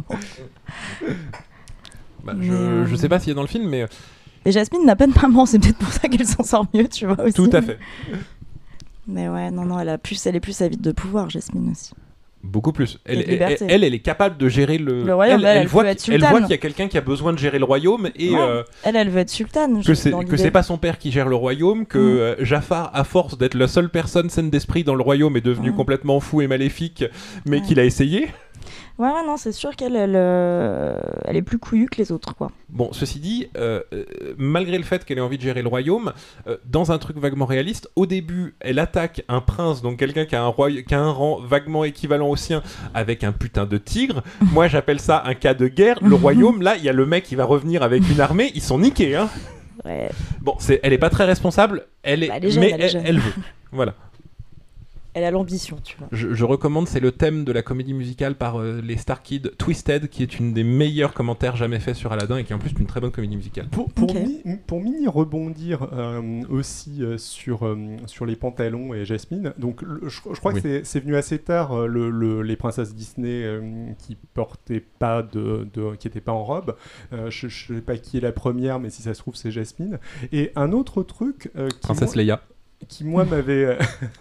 Je sais pas s'il est dans le film, mais. Et Jasmine n'a pas de maman, c'est peut-être pour ça qu'elle s'en sort mieux, tu vois aussi. Tout à fait. Mais ouais, non, elle est plus avide de pouvoir, Jasmine aussi. Beaucoup plus. Elle est capable de gérer le royaume. Elle voit qu'il y a quelqu'un qui a besoin de gérer le royaume et elle veut être sultane. Que c'est pas son père qui gère le royaume, que Jafar, à force d'être la seule personne saine d'esprit dans le royaume, est devenu complètement fou et maléfique, mais qu'il a essayé. Ouais, non, c'est sûr qu'elle est plus couillue que les autres, quoi. Bon, ceci dit, malgré le fait qu'elle ait envie de gérer le royaume, dans un truc vaguement réaliste, au début, elle attaque un prince, donc quelqu'un qui a un rang vaguement équivalent au sien, avec un putain de tigre. Moi, j'appelle ça un cas de guerre. Le royaume, là, il y a le mec qui va revenir avec une armée, ils sont niqués, hein. Ouais. Bon, elle est pas très responsable, elle veut. Voilà. Elle a l'ambition, tu vois. Je recommande, c'est le thème de la comédie musicale par les Star Kids, Twisted, qui est une des meilleurs commentaires jamais faits sur Aladdin et qui est en plus une très bonne comédie musicale. Pour mini rebondir aussi sur les pantalons et Jasmine, donc je crois que c'est venu assez tard, les princesses Disney qui portaient pas qui étaient pas en robe. Je sais pas qui est la première, mais si ça se trouve c'est Jasmine. Et un autre truc Princesse Leia. Qui moi m'avait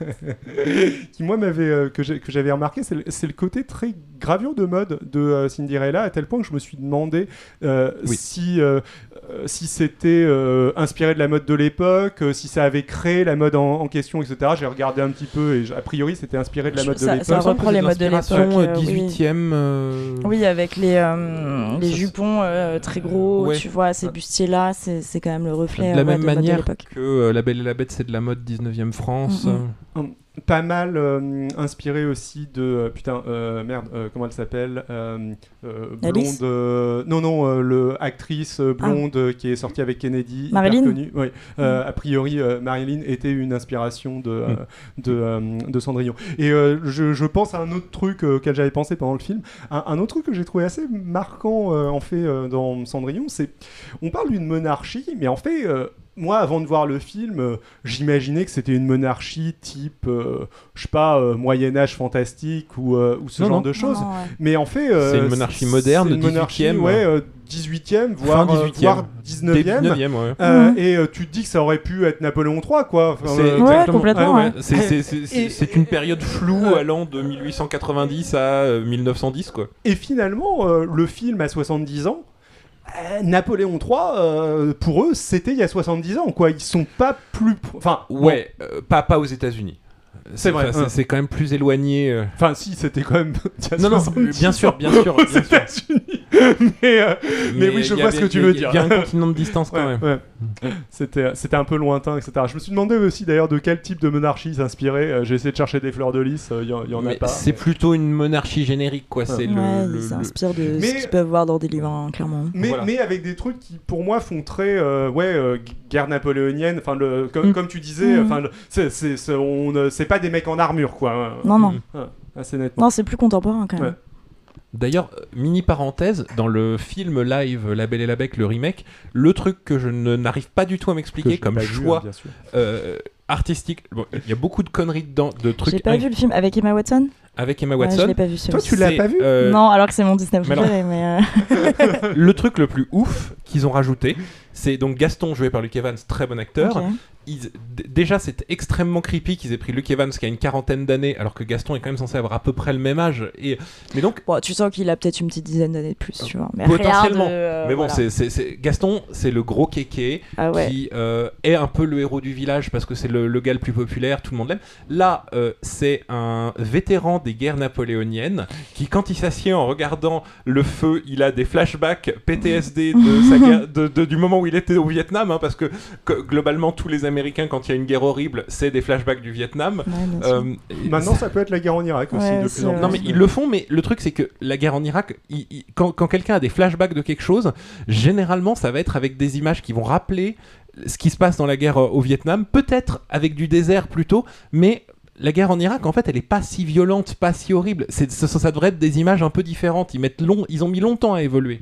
que j'avais remarqué, c'est le côté très gravure de mode de Cinderella, à tel point que je me suis demandé si si c'était inspiré de la mode de l'époque, si ça avait créé la mode en question, etc. J'ai regardé un petit peu et a priori c'était inspiré de la mode de l'époque. Ça reprend les modes de l'époque. 18e. Oui, avec les jupons très gros, tu vois, ces bustiers-là, c'est quand même le reflet de la même manière de l'époque. que La Belle et la Bête, c'est de la mode 19e France. Pas mal inspiré aussi de comment elle s'appelle, blonde, le actrice blonde qui est sortie avec Kennedy, Marilyn. hyper connue. Oui. A priori Marilyn était une inspiration de Cendrillon. Et je pense à un autre truc auquel j'avais pensé pendant le film, un autre truc que j'ai trouvé assez marquant en fait dans Cendrillon, c'est on parle d'une monarchie, mais en fait moi, avant de voir le film, j'imaginais que c'était une monarchie type, je sais pas, Moyen-Âge fantastique ou ce genre de choses. Non, ouais. Mais en fait... c'est une monarchie moderne, c'est une 18e. Ouais, 18e, voire 19e. Et tu te dis que ça aurait pu être Napoléon III, quoi. Ouais, complètement. Ouais. C'est une période floue allant de 1890 à 1910, quoi. Et finalement, le film a 70 ans. Napoléon III, pour eux, c'était il y a 70 ans, quoi. Ils sont pas plus... Enfin, ouais, pas aux États-Unis. C'est vrai. C'est quand même plus éloigné. Enfin, si, c'était quand même... Non, bien sûr. mais oui, je vois ce que tu veux dire. Il y a un continent de distance quand même. Ouais. C'était un peu lointain, etc. Je me suis demandé aussi d'ailleurs de quel type de monarchie il s'inspirait. J'ai essayé de chercher des fleurs de lys, il y en a pas. C'est plutôt une monarchie générique, quoi. C'est il s'inspire de ce qu'ils peuvent voir dans des livres, hein, clairement. Mais avec des trucs qui, pour moi, font très guerre napoléonienne. Enfin, comme tu disais, c'est pas des mecs en armure, quoi. Non. Assez nettement. Non, c'est plus contemporain quand même. Ouais. D'ailleurs, mini parenthèse, dans le film live La Belle et la Bête, le remake, le truc que je n'arrive pas du tout à m'expliquer comme choix artistique, il y a beaucoup de conneries dedans, de trucs. J'ai pas vu le film avec Emma Watson. Avec Emma Watson. Je l'ai pas vu. Toi, tu l'as pas vu Non, alors que c'est mon Disney préféré. Mais le truc le plus ouf qu'ils ont rajouté, c'est donc Gaston joué par Luke Evans, très bon acteur. Okay. Déjà, c'est extrêmement creepy qu'ils aient pris Luke Evans qui a une quarantaine d'années, alors que Gaston est quand même censé avoir à peu près le même âge. Mais donc, tu sens qu'il a peut-être une petite dizaine d'années de plus, tu vois. Mais potentiellement. Mais bon, Gaston, c'est le gros kéké qui est un peu le héros du village parce que c'est le gars le plus populaire, tout le monde l'aime. Là, c'est un vétéran des guerres napoléoniennes qui, quand il s'assied en regardant le feu, il a des flashbacks PTSD de sa guerre, du moment où il était au Vietnam, hein, parce que globalement tous les Américains, quand il y a une guerre horrible, c'est des flashbacks du Vietnam. Maintenant, ça peut être la guerre en Irak aussi. De plus en plus. Non, mais ils le font, mais le truc c'est que la guerre en Irak, quand quelqu'un a des flashbacks de quelque chose, généralement ça va être avec des images qui vont rappeler ce qui se passe dans la guerre au Vietnam, peut-être avec du désert plutôt, mais la guerre en Irak, en fait, elle est pas si violente, pas si horrible. Ça devrait être des images un peu différentes. Ils ont mis longtemps à évoluer.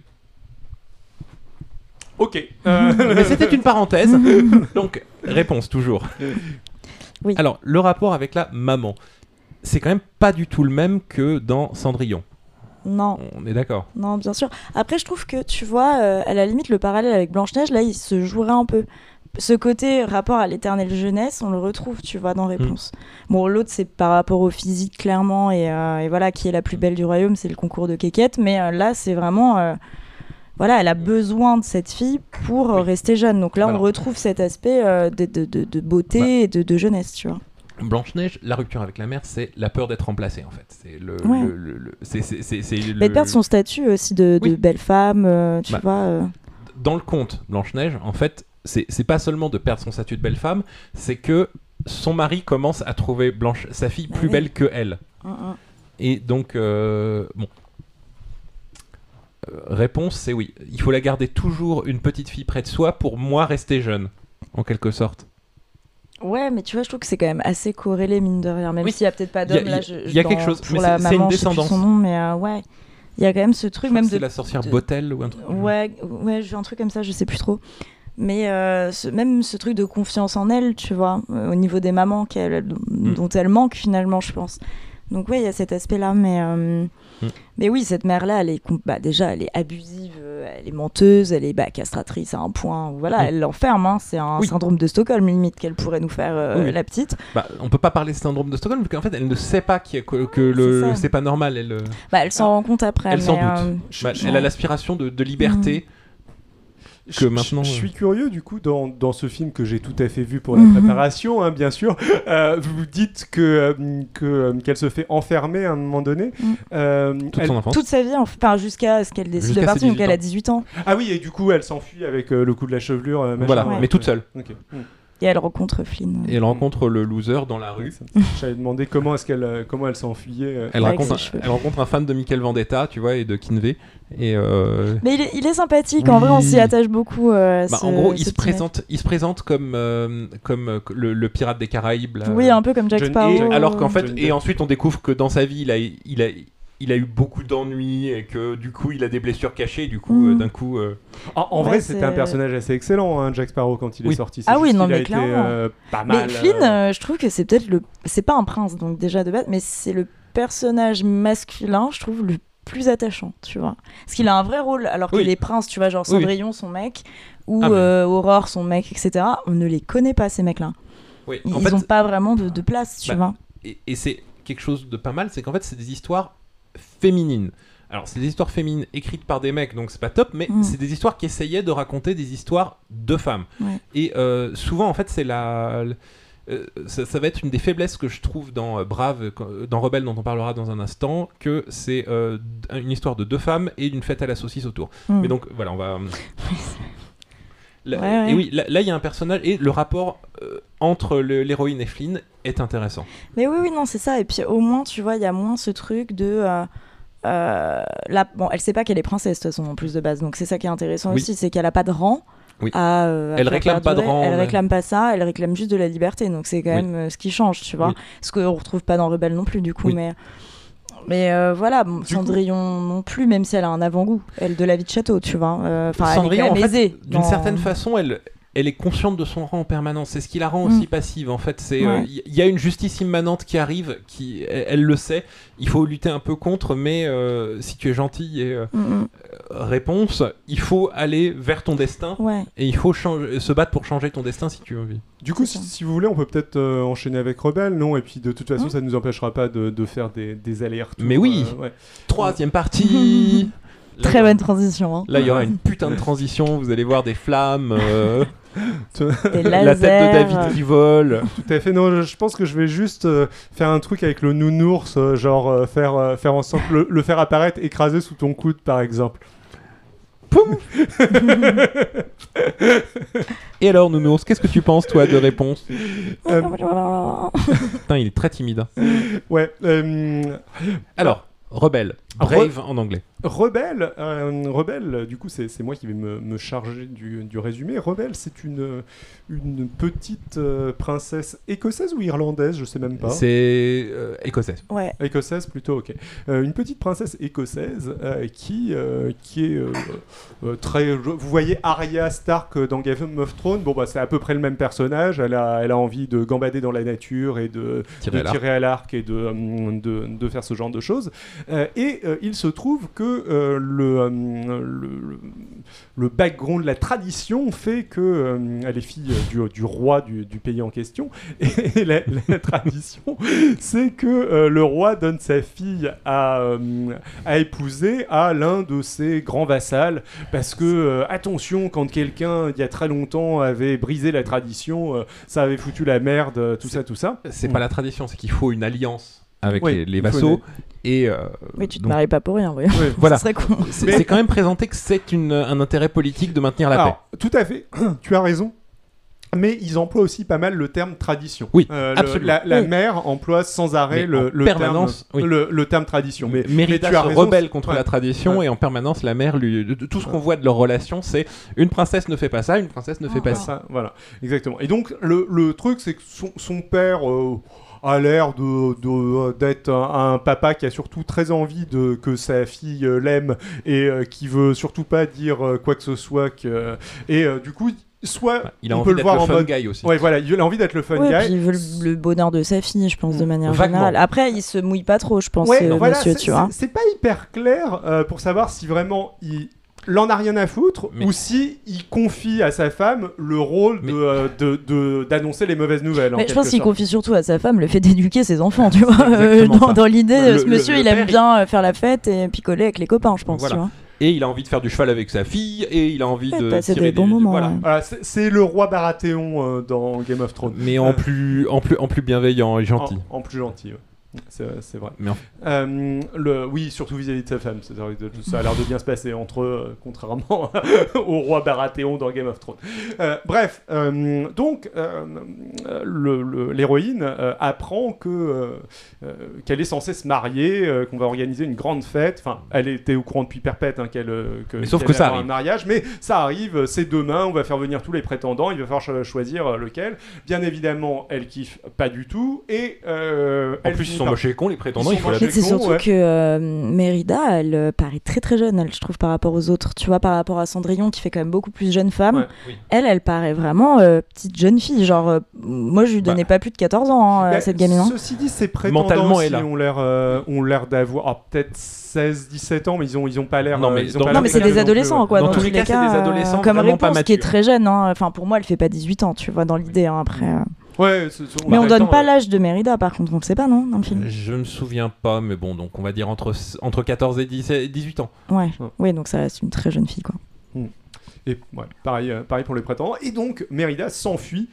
Ok. Mais c'était une parenthèse. Donc, réponse toujours. Oui. Alors, le rapport avec la maman, c'est quand même pas du tout le même que dans Cendrillon. Non. On est d'accord. Non, bien sûr. Après, je trouve que, tu vois, à la limite, le parallèle avec Blanche-Neige, là, il se jouerait un peu. Ce côté rapport à l'éternelle jeunesse, on le retrouve, tu vois, dans Réponse. Bon, l'autre, c'est par rapport au physique, clairement, et voilà, qui est la plus belle du royaume, c'est le concours de quéquette, mais là, c'est vraiment... voilà, elle a besoin de cette fille pour rester jeune. Donc là, on retrouve cet aspect de beauté et de jeunesse, tu vois. Blanche-Neige, la rupture avec la mère, c'est la peur d'être remplacée, en fait. C'est de perdre son statut aussi de belle femme, tu vois. Dans le conte Blanche-Neige, en fait, c'est pas seulement de perdre son statut de belle femme, c'est que son mari commence à trouver sa fille plus belle que elle. Et donc, réponse, c'est oui. Il faut la garder toujours une petite fille près de soi pour moi rester jeune, en quelque sorte. Ouais, mais tu vois, je trouve que c'est quand même assez corrélé, mine de rien. Même s'il y a peut-être pas d'homme, là, il y a quelque chose, pour la maman, c'est une descendance. Je sais plus son nom, mais ouais. Il y a quand même ce truc, même c'est la sorcière Botel ou un truc. Ouais, j'ai un truc comme ça, je sais plus trop. Mais même ce truc de confiance en elle, tu vois, au niveau des mamans dont elle manque finalement, je pense. Donc ouais, il y a cet aspect-là, mais oui, cette mère-là, elle est déjà, elle est abusive, elle est menteuse, elle est castratrice à un point où voilà, elle l'enferme. Hein, c'est un syndrome de Stockholm limite qu'elle pourrait nous faire la petite. On peut pas parler de syndrome de Stockholm vu qu'en fait, elle ne sait pas c'est pas normal. Elle s'en rend compte après. Elle s'en doute. Elle a l'aspiration de liberté. que maintenant. Je suis curieux du coup dans ce film que j'ai tout à fait vu pour la préparation, hein, bien sûr. Vous dites qu'elle se fait enfermer à un moment donné. Toute sa vie, enfin jusqu'à ce qu'elle décide de partir, donc elle a 18 ans. Ah oui, et du coup elle s'enfuit avec le coup de la chevelure. Voilà, mais toute seule. Okay. Et elle rencontre Flynn. Et elle rencontre le loser dans la rue. J'avais demandé comment elle s'enfuyait. Elle rencontre un fan de Michael Vendetta, tu vois, et de Kinvey. Et mais il est sympathique. En vrai, on s'y attache beaucoup. En gros, il se présente comme le pirate des Caraïbes. Là, oui, un peu comme Jack Sparrow. Alors qu'en fait, et ensuite on découvre que dans sa vie, il a eu beaucoup d'ennuis et que du coup il a des blessures cachées. Du coup, d'un coup. En vrai, c'était un personnage assez excellent, hein, Jack Sparrow, quand il est sorti. Mais clairement. Pas mal. Mais Flynn, je trouve que c'est peut-être c'est pas un prince, donc déjà de base, mais c'est le personnage masculin, je trouve, le plus attachant, tu vois. Parce qu'il a un vrai rôle, alors que les princes, tu vois, genre Cendrillon, son mec, ou Aurore, son mec, etc., on ne les connaît pas, ces mecs-là. Oui. Ils n'ont pas vraiment de place, tu vois. Et c'est quelque chose de pas mal, c'est qu'en fait, c'est des histoires féminines. Alors, c'est des histoires féminines écrites par des mecs, donc c'est pas top, mais c'est des histoires qui essayaient de raconter des histoires de femmes. Ouais. Et souvent, en fait, c'est ça va être une des faiblesses que je trouve dans Brave, dans Rebelle, dont on parlera dans un instant, que c'est une histoire de deux femmes et d'une fête à la saucisse autour. Mais donc, voilà, on va... Et oui, là il y a un personnage et le rapport entre l'héroïne et Flynn est intéressant. Mais oui, non, c'est ça. Et puis au moins, tu vois, il y a moins ce truc de... elle sait pas qu'elle est princesse, de toute façon, en plus de base. Donc c'est ça qui est intéressant aussi, c'est qu'elle a pas de rang. Oui. Elle réclame pas de rang. Elle réclame pas ça, elle réclame juste de la liberté. Donc c'est quand même ce qui change, tu vois. Ce qu'on retrouve pas dans Rebelle non plus, du coup. Mais voilà, Cendrillon non plus, même si elle a un avant-goût, elle de la vie de château, tu vois. Cendrillon, elle est quand même aisée. D'une certaine façon, elle est consciente de son rang en permanence. C'est ce qui la rend aussi passive. En fait, y a une justice immanente qui arrive, elle le sait. Il faut lutter un peu contre, mais si tu es gentil et réponse, il faut aller vers ton destin et il faut se battre pour changer ton destin si tu veux envie. Du coup, si vous voulez, on peut peut-être enchaîner avec Rebelle, non ? Et puis de toute façon, ça ne nous empêchera pas de faire des allers-retours. Mais oui, troisième partie. Très bonne transition. Hein. Là, il y aura une putain de transition. Vous allez voir des flammes. La tête de David qui vole. Tout à fait. Non, je pense que je vais juste faire un truc avec le nounours, genre faire en sorte le faire apparaître écrasé sous ton coude, par exemple. Poum. Et alors, nounours, qu'est-ce que tu penses, toi, de réponse Putain, il est très timide. Ouais. Alors, Rebelle. Brave en anglais. Rebelle, du coup, c'est moi qui vais me charger du résumé. Rebelle, c'est une petite princesse écossaise ou irlandaise, je sais même pas. C'est écossaise. Ouais. Écossaise plutôt, ok. Une petite princesse écossaise qui est très... Vous voyez Arya Stark dans Game of Thrones, bon bah c'est à peu près le même personnage. Elle a envie de gambader dans la nature et de tirer à l'arc et de faire ce genre de choses. Et il se trouve que le background, la tradition fait que elle est fille du roi du pays en question, et la tradition c'est que le roi donne sa fille à épouser à l'un de ses grands vassals, parce que attention, quand quelqu'un il y a très longtemps avait brisé la tradition, ça avait foutu la merde, tout ça. C'est pas la tradition, c'est qu'il faut une alliance avec les vassaux. Et oui, tu te maries pas pour rien, oui. Voilà. Ce serait con. C'est quand même présenté que c'est un intérêt politique de maintenir la paix. Tout à fait, tu as raison. Mais ils emploient aussi pas mal le terme tradition. Oui, absolument. La mère emploie sans arrêt le terme tradition. Mais Mérida se rebelle contre la tradition, et en permanence, la mère, tout ce qu'on voit de leur relation, c'est une princesse ne fait pas ça, une princesse ne fait pas ça. Voilà, exactement. Et donc, le truc, c'est que son père... a l'air d'être un papa qui a surtout très envie que sa fille l'aime et qui veut surtout pas dire quoi que ce soit. Du coup, il a on envie peut le voir en mode guy aussi. Ouais, voilà, il a envie d'être le fun guy. Puis il veut le bonheur de sa fille, je pense, de manière générale. Après, il se mouille pas trop, je pense, monsieur, tu vois. C'est pas hyper clair pour savoir si vraiment il en a rien à foutre, ou si il confie à sa femme le rôle d'annoncer les mauvaises nouvelles. Mais je pense qu'il confie surtout à sa femme le fait d'éduquer ses enfants, tu vois. Dans l'idée, ce monsieur, il aime bien faire la fête et picoler avec les copains, je pense. Voilà. Tu vois. et il a envie de faire du cheval avec sa fille, et il a envie de passer tirer des bons moments. voilà. Ouais. Voilà, c'est le roi Baratheon dans Game of Thrones. Mais en plus bienveillant et gentil. En plus gentil, ouais. C'est vrai. Mais oui, surtout vis-à-vis de sa femme. Ça a l'air de bien se passer entre eux, contrairement au roi Baratheon dans Game of Thrones. Bref, donc l'héroïne apprend qu'elle est censée se marier, qu'on va organiser une grande fête. Enfin, elle était au courant depuis perpète mais sauf que ça arrive. Un mariage, mais ça arrive. C'est demain. On va faire venir tous les prétendants. Il va falloir choisir lequel. Bien évidemment, elle kiffe pas du tout et en plus, ils sont moches et cons, les prétendants. Ils sont moches et C'est cons, surtout ouais. que Mérida, elle paraît très très jeune, je trouve, par rapport aux autres. Tu vois, par rapport à Cendrillon, qui fait quand même beaucoup plus jeune femme, Ouais. Oui. elle paraît vraiment petite jeune fille. Genre, moi, je lui donnais pas plus de 14 ans, à cette gamine. Ceci dit, ces prétendants Mentalement, aussi elle a. ont l'air d'avoir peut-être 16-17 ans, mais ils ont pas l'air. Non, mais ils ont dans- pas Non, l'air mais c'est très des jeunes adolescents, non plus, quoi. Dans Dans tous tous les cas, c'est des adolescents comme vraiment pas Réponse, qui est matures. très jeune. Enfin, pour moi, elle fait pas 18 ans, tu vois, dans l'idée, après. Ouais, Mais on en donne même temps, pas l'âge de Mérida, par contre, on le sait pas, non, dans le film. Je me souviens pas, mais bon, donc on va dire entre 14 et 18 ans. Ouais, Ouais. oui, donc ça reste une très jeune fille, quoi. Et ouais, pareil pour les prétendants. Et donc Mérida s'enfuit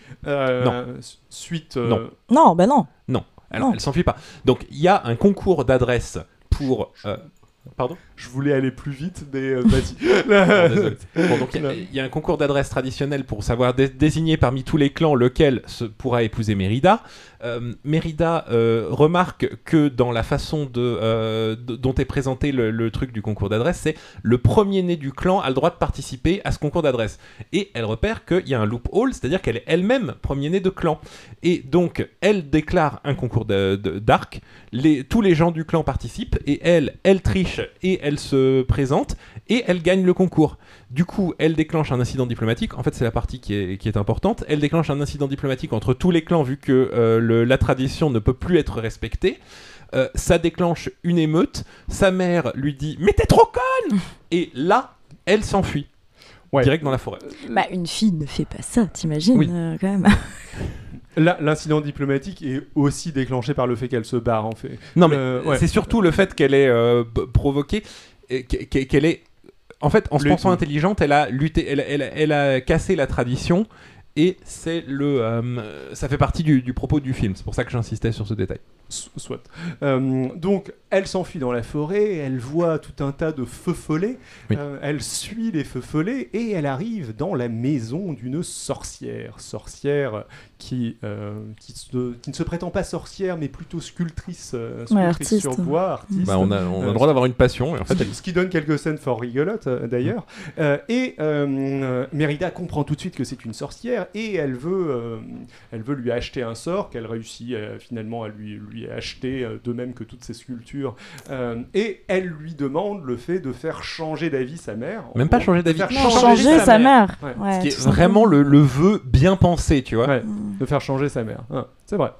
suite. Non, bah non. Alors, Non. elle s'enfuit pas. Donc, il y a un concours d'adresses pour... Pardon. Je voulais aller plus vite, mais vas-y. Bon, désolé. Bon, donc, il y a un concours d'adresses traditionnel pour savoir désigner parmi tous les clans lequel pourra épouser Mérida. Mérida remarque que dans la façon dont est présenté le truc du concours d'adresse, c'est le premier-né du clan a le droit de participer à ce concours d'adresse. Et elle repère qu'il y a un loophole, c'est-à-dire qu'elle est elle-même premier-né de clan. Et donc, elle déclare un concours d'arc, tous les gens du clan participent, et elle triche, et elle se présente, et elle gagne le concours. Du coup, elle déclenche un incident diplomatique. En fait, c'est la partie qui est importante. Elle déclenche un incident diplomatique entre tous les clans, vu que la tradition ne peut plus être respectée. Ça déclenche une émeute. Sa mère lui dit « Mais t'es trop conne !» Et là, elle s'enfuit. Ouais. Direct dans la forêt. Bah, une fille ne fait pas ça, t'imagines, Oui. quand même. L'incident diplomatique est aussi déclenché par le fait qu'elle se barre, en fait. Non, mais ouais. c'est surtout le fait qu'elle ait provoqué, qu'elle ait... En fait, en se pensant intelligente, elle a lutté, elle a cassé la tradition, et c'est ça fait partie du propos du film. C'est pour ça que j'insistais sur ce détail. Soit. Donc, elle s'enfuit dans la forêt, elle voit tout un tas de feux follets, Oui. elle suit les feux follets et elle arrive dans la maison d'une sorcière qui ne se prétend pas sorcière, mais plutôt sculptrice artiste. sur bois, artiste. Bah, on a le droit d'avoir une passion, et en fait, Ce qui donne quelques scènes fort rigolotes d'ailleurs. Et Mérida comprend tout de suite que c'est une sorcière et elle veut lui acheter un sort qu'elle réussit finalement à lui acheter, de même que toutes ses sculptures. Et elle lui demande le fait de faire changer d'avis sa mère. Même pas changer d'avis. Faire Non, changer sa mère. Ouais. Ouais, ce qui est tout simplement. vraiment le vœu bien pensé, tu vois. Ouais, de faire changer sa mère. C'est vrai.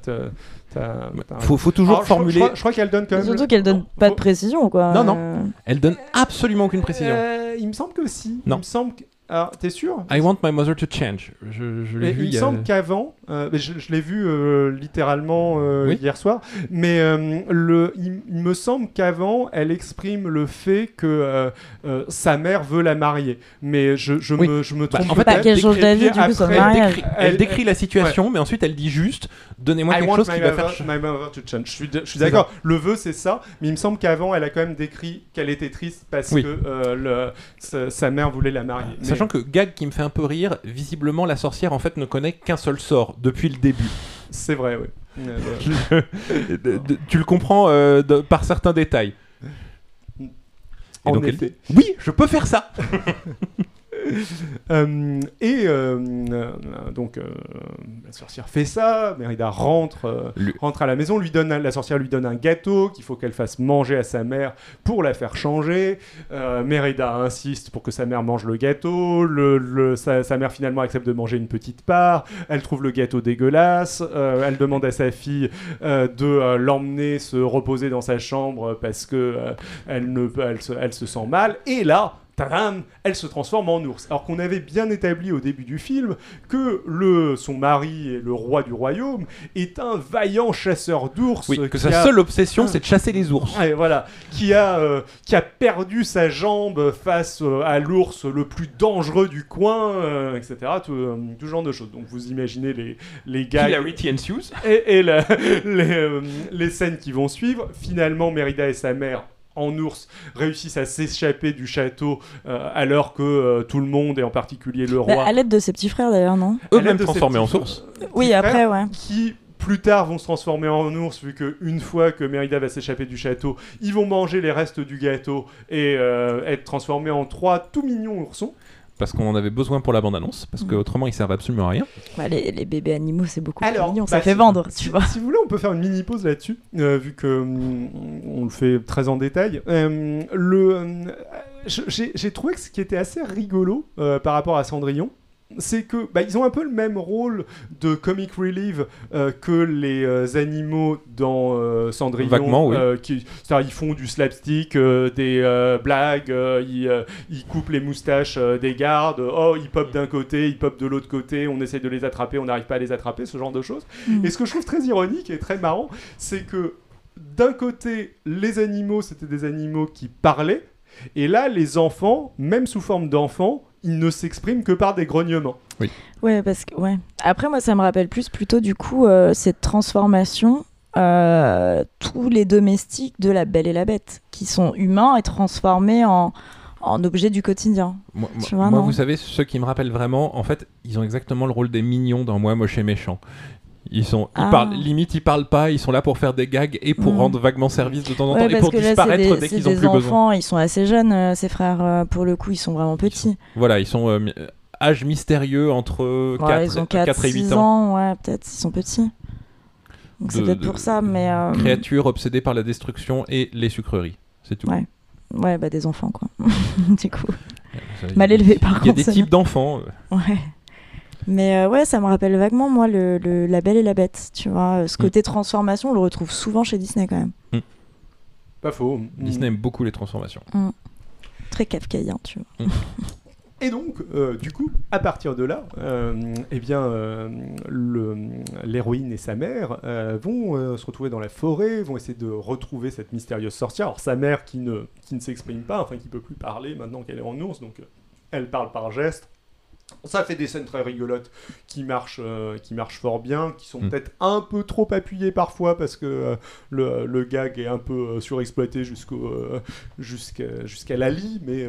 Faut toujours Alors, formuler. je crois qu'elle donne quand même. Surtout qu'elle donne pas de précision, quoi. Non. Elle donne absolument aucune précision. Il me semble que si. Non. Il me semble que... Alors, t'es sûr? I want my mother to change. Je l'ai Et vu il me semble qu'avant, je l'ai vu littéralement Oui. hier soir, mais il me semble qu'avant, elle exprime le fait que sa mère veut la marier. Mais je Oui. me trompe en fait, Bah, qu'elle change d'avis, du coup, sur le après, mariage. Elle décrit la situation, mais ensuite elle dit juste donnez-moi I quelque want chose qui va faire. my mother to change. Je suis d'accord. Le vœu, c'est ça. Mais il me semble qu'avant, elle a quand même décrit qu'elle était triste parce Oui. que sa mère voulait la marier. Mais- Sachant que gag qui me fait un peu rire, visiblement la sorcière en fait ne connaît qu'un seul sort depuis le début. c'est vrai, oui. Tu le comprends par certains détails. Et En donc elle effet. dit oui, je peux faire ça. Donc la sorcière fait ça, Mérida rentre à la maison, la sorcière lui donne un gâteau qu'il faut qu'elle fasse manger à sa mère pour la faire changer. Mérida insiste pour que sa mère mange le gâteau, sa mère finalement accepte de manger une petite part, elle trouve le gâteau dégueulasse, elle demande à sa fille de l'emmener se reposer dans sa chambre parce que elle se sent mal, et là tadam, elle se transforme en ours. Alors qu'on avait bien établi au début du film que son mari, le roi du royaume, est un vaillant chasseur d'ours. Oui, que sa seule obsession, c'est de chasser les ours. Ouais, voilà, qui a perdu sa jambe face à l'ours le plus dangereux du coin, etc. Tout genre de choses. Donc vous imaginez les gars... Hilarity ensues. Et les scènes qui vont suivre. Finalement, Mérida et sa mère, en ours, réussissent à s'échapper du château alors que tout le monde, et en particulier le roi... à l'aide de ses petits frères d'ailleurs, non ? Eux-mêmes transformés en ours. Oui, après, ouais. Qui... plus tard vont se transformer en ours, vu qu'une fois que Mérida va s'échapper du château, ils vont manger les restes du gâteau et être transformés en 3 tout mignons oursons. Parce qu'on en avait besoin pour la bande-annonce, parce qu'autrement ils servent absolument à rien. Bah, les bébés animaux, c'est beaucoup plus mignon, ça fait vendre, tu vois. Si vous voulez, on peut faire une mini-pause là-dessus, vu qu'on le fait très en détail. J'ai trouvé que ce qui était assez rigolo par rapport à Cendrillon, c'est que ils ont un peu le même rôle de comic relief que les animaux dans Cendrillon. Vaguement, oui. C'est-à-dire, ils font du slapstick, des blagues, ils coupent les moustaches des gardes, ils popent d'un côté, ils popent de l'autre côté, on essaie de les attraper, on n'arrive pas à les attraper, ce genre de choses. Et ce que je trouve très ironique et très marrant, c'est que d'un côté, les animaux, c'était des animaux qui parlaient, et là, les enfants, même sous forme d'enfants, ils ne s'expriment que par des grognements. Oui. Ouais, parce que Après, moi, ça me rappelle plutôt du coup cette transformation. Tous les domestiques de La Belle et la Bête, qui sont humains et transformés en objets du quotidien. Moi, vous savez, ceux qui me rappellent vraiment, en fait, ils ont exactement le rôle des mignons dans Moi, Moche et Méchant. Ils parlent pas, ils sont là pour faire des gags et pour rendre vaguement service de temps en temps et pour disparaître dès qu'ils ont plus enfants, besoin. Ils sont assez jeunes, ces frères, pour le coup, ils sont vraiment petits. Voilà, ils sont âge mystérieux entre 4 et 8 ans. Ouais, peut-être, ils sont petits. Donc c'est peut-être pour ça, mais... Créatures obsédées par la destruction et les sucreries, c'est tout. Ouais, des enfants, quoi. Du coup, mal élevés, par contre. Il y a des types d'enfants. Ouais. Mais ça me rappelle vaguement, moi, La Belle et la Bête, tu vois. Ce côté transformation, on le retrouve souvent chez Disney, quand même. Pas faux. Disney aime beaucoup les transformations. Très kafkaïen, tu vois. Et donc, du coup, à partir de là, l'héroïne et sa mère vont se retrouver dans la forêt, vont essayer de retrouver cette mystérieuse sorcière. Alors, sa mère qui ne s'exprime pas, enfin, qui ne peut plus parler maintenant qu'elle est en ours, donc elle parle par geste. Ça fait des scènes très rigolotes qui marchent fort bien, qui sont peut-être un peu trop appuyées parfois parce que le gag est un peu surexploité jusqu'à Lali, mais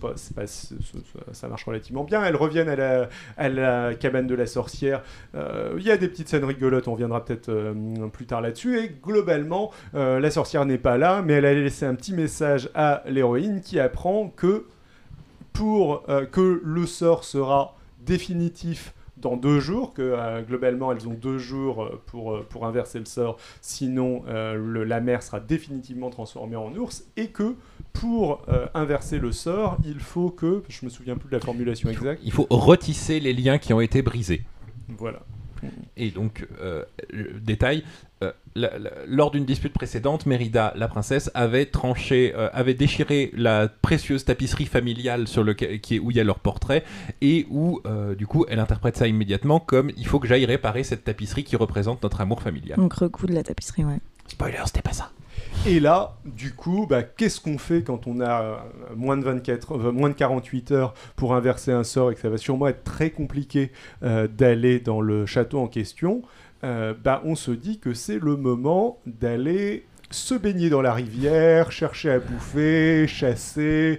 ça marche relativement bien. Elles reviennent à la cabane de la sorcière. Il y a des petites scènes rigolotes, on viendra peut-être plus tard là-dessus. Et globalement, la sorcière n'est pas là, mais elle a laissé un petit message à l'héroïne qui apprend que pour que le sort sera définitif dans 2 jours, que globalement elles ont 2 jours pour inverser le sort, sinon la mère sera définitivement transformée en ours, et que pour inverser le sort, il faut que, je me souviens plus de la formulation exacte, il faut retisser les liens qui ont été brisés. Voilà. Et donc, détail, lors d'une dispute précédente, Mérida, la princesse, avait déchiré la précieuse tapisserie familiale où il y a leur portrait, et où, du coup, elle interprète ça immédiatement comme « il faut que j'aille réparer cette tapisserie qui représente notre amour familial ». Donc, recoudre la tapisserie, ouais. Spoiler, c'était pas ça. Et là, du coup, qu'est-ce qu'on fait quand on a moins de 48 heures pour inverser un sort et que ça va sûrement être très compliqué d'aller dans le château en question? On se dit que c'est le moment d'aller se baigner dans la rivière, chercher à bouffer, chasser,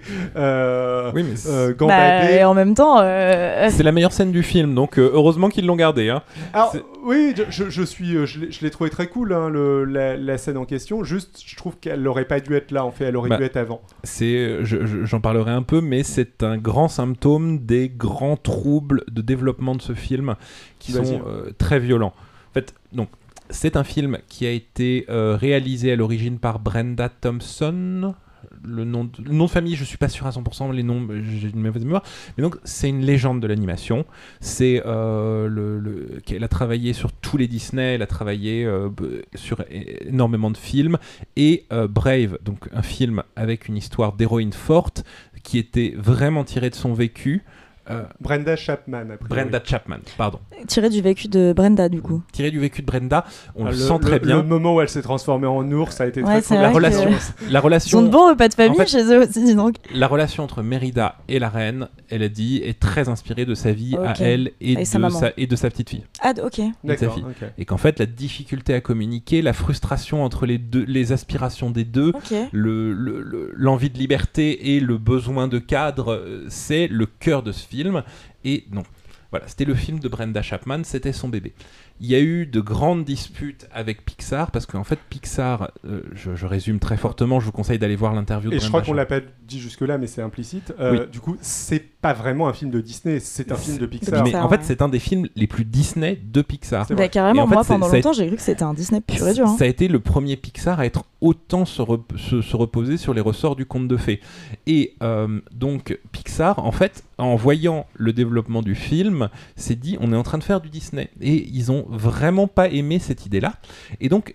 gambader. Et en même temps... C'est la meilleure scène du film, donc heureusement qu'ils l'ont gardée. Hein. Alors, oui, je l'ai trouvé très cool, hein, la scène en question. Juste, je trouve qu'elle n'aurait pas dû être là, en fait, elle aurait dû être avant. J'en parlerai un peu, mais c'est un grand symptôme des grands troubles de développement de ce film qui sont très violents. En fait, donc... C'est un film qui a été réalisé à l'origine par Brenda Thompson, le nom de famille, je suis pas sûr à 100%, les noms, j'ai une mauvaise mémoire. Mais donc, c'est une légende de l'animation. C'est elle a travaillé sur tous les Disney, elle a travaillé sur énormément de films. Et Brave, donc un film avec une histoire d'héroïne forte qui était vraiment tirée de son vécu. Brenda Chapman, Brenda Chapman, pardon. Tiré du vécu de Brenda, du coup. Tiré du vécu de Brenda, on le sent très bien. Le moment où elle s'est transformée en ours, ça a été très c'est la relation. La relation. Ils ont de bons repas de famille chez eux aussi, dis donc. La relation entre Mérida et la reine, elle a dit, est très inspirée de sa vie à elle et de sa petite fille. Ah, ok. Et de sa fille. Et qu'en fait, la difficulté à communiquer, la frustration entre les aspirations des deux, l'envie de liberté et le besoin de cadre, c'est le cœur de ce film. Et non, voilà, c'était le film de Brenda Chapman, c'était son bébé. Il y a eu de grandes disputes avec Pixar, parce qu'en fait, Pixar, je résume très fortement, je vous conseille d'aller voir l'interview de Brenda Chapman. Et je crois qu'on l'a pas dit jusque-là, mais c'est implicite. Du coup, c'est pas vraiment un film de Disney, c'est un film de Pixar. Mais en fait, c'est un des films les plus Disney de Pixar. Bah, carrément, en fait, moi, pendant longtemps, j'ai cru que c'était un Disney pur et dur. Ça a été le premier Pixar à être autant se reposer sur les ressorts du conte de fées. Et donc, Pixar, en fait, en voyant le développement du film, s'est dit, on est en train de faire du Disney. Et ils ont vraiment pas aimé cette idée-là. Et donc,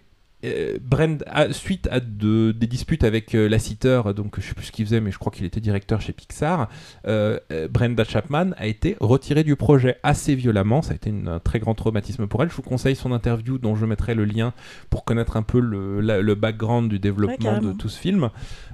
suite à des disputes avec Lasseter, donc je sais plus ce qu'il faisait, mais je crois qu'il était directeur chez Pixar, Brenda Chapman a été retirée du projet assez violemment. Ça a été un très grand traumatisme pour elle. Je vous conseille son interview, dont je mettrai le lien pour connaître un peu le background du développement de tout ce film.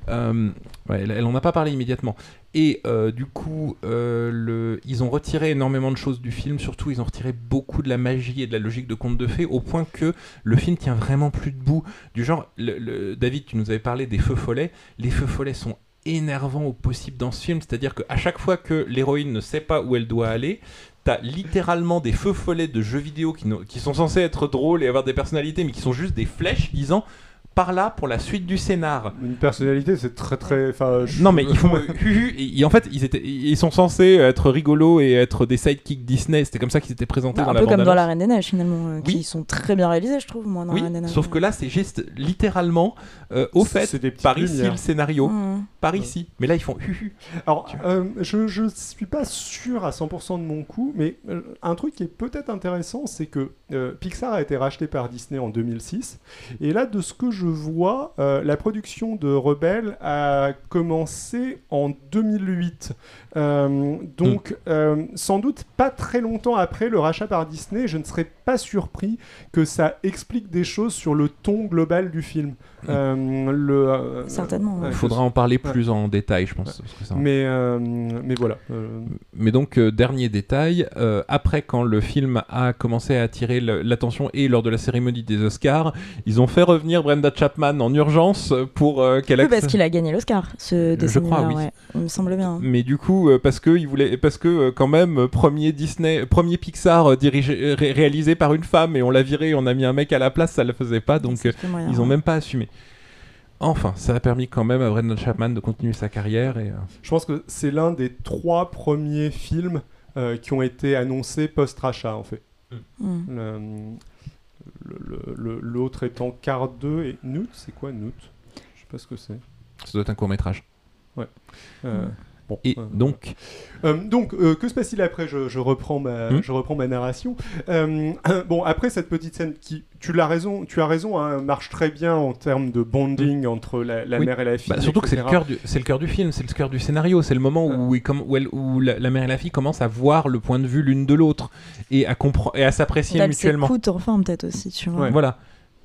Elle en a pas parlé immédiatement. Et du coup, ils ont retiré énormément de choses du film. Surtout, ils ont retiré beaucoup de la magie et de la logique de conte de fées, au point que le film tient vraiment plus debout. Du genre, David, tu nous avais parlé des feux follets. Les feux follets sont énervants au possible dans ce film. C'est-à-dire qu'à chaque fois que l'héroïne ne sait pas où elle doit aller, t'as littéralement des feux follets de jeux vidéo qui sont censés être drôles et avoir des personnalités, mais qui sont juste des flèches disant... par là pour la suite du scénar. Une personnalité, c'est très... Non, mais ils font... et en fait, ils sont censés être rigolos et être des sidekicks Disney. C'était comme ça qu'ils étaient présentés dans la bande-annonce. Un peu comme dans La Reine des Neiges, finalement, qui sont très bien réalisés, je trouve, moi, dans La Reine des Neiges. Sauf que là, c'est juste littéralement, au fait, par ici le scénario, par ici. Mais là, ils font... Alors, je suis pas sûr à 100% de mon coup, mais un truc qui est peut-être intéressant, c'est que Pixar a été racheté par Disney en 2006. Et là, de ce que je vois, la production de Rebelle a commencé en 2008. Donc, sans doute pas très longtemps après le rachat par Disney, je ne serais pas surpris que ça explique des choses sur le ton global du film. Certainement. Il faudra en parler plus en détail, je pense. Mais voilà. Mais donc, dernier détail, après quand le film a commencé à attirer l'attention et lors de la cérémonie des Oscars, ils ont fait revenir Brenda Chapman en urgence pour qu'elle parce qu'il a gagné l'Oscar, ce dessin. Je crois, oui. Ouais. Il me semble bien. Mais du coup, parce que quand même, premier Pixar réalisé par une femme et on l'a viré, on a mis un mec à la place, ça le faisait pas, donc ils ont même pas assumé. Enfin, ça a permis quand même à Brenda Chapman de continuer sa carrière. Je pense que c'est l'un des 3 premiers films qui ont été annoncés post-rachat, en fait. L'autre étant Cars 2 et Noot. C'est quoi Noot ? Je sais pas ce que c'est. Ça doit être un court-métrage. Ouais. Bon, et donc, que se passe-t-il après ? Je reprends ma narration. Bon, après cette petite scène qui, tu as raison, hein, marche très bien en termes de bonding entre la mère et la fille. Surtout que c'est le cœur du film, c'est le cœur du scénario, c'est le moment où la mère et la fille commencent à voir le point de vue l'une de l'autre et à s'apprécier mutuellement. Elle s'écoute enfin peut-être aussi, tu vois. Ouais. Voilà.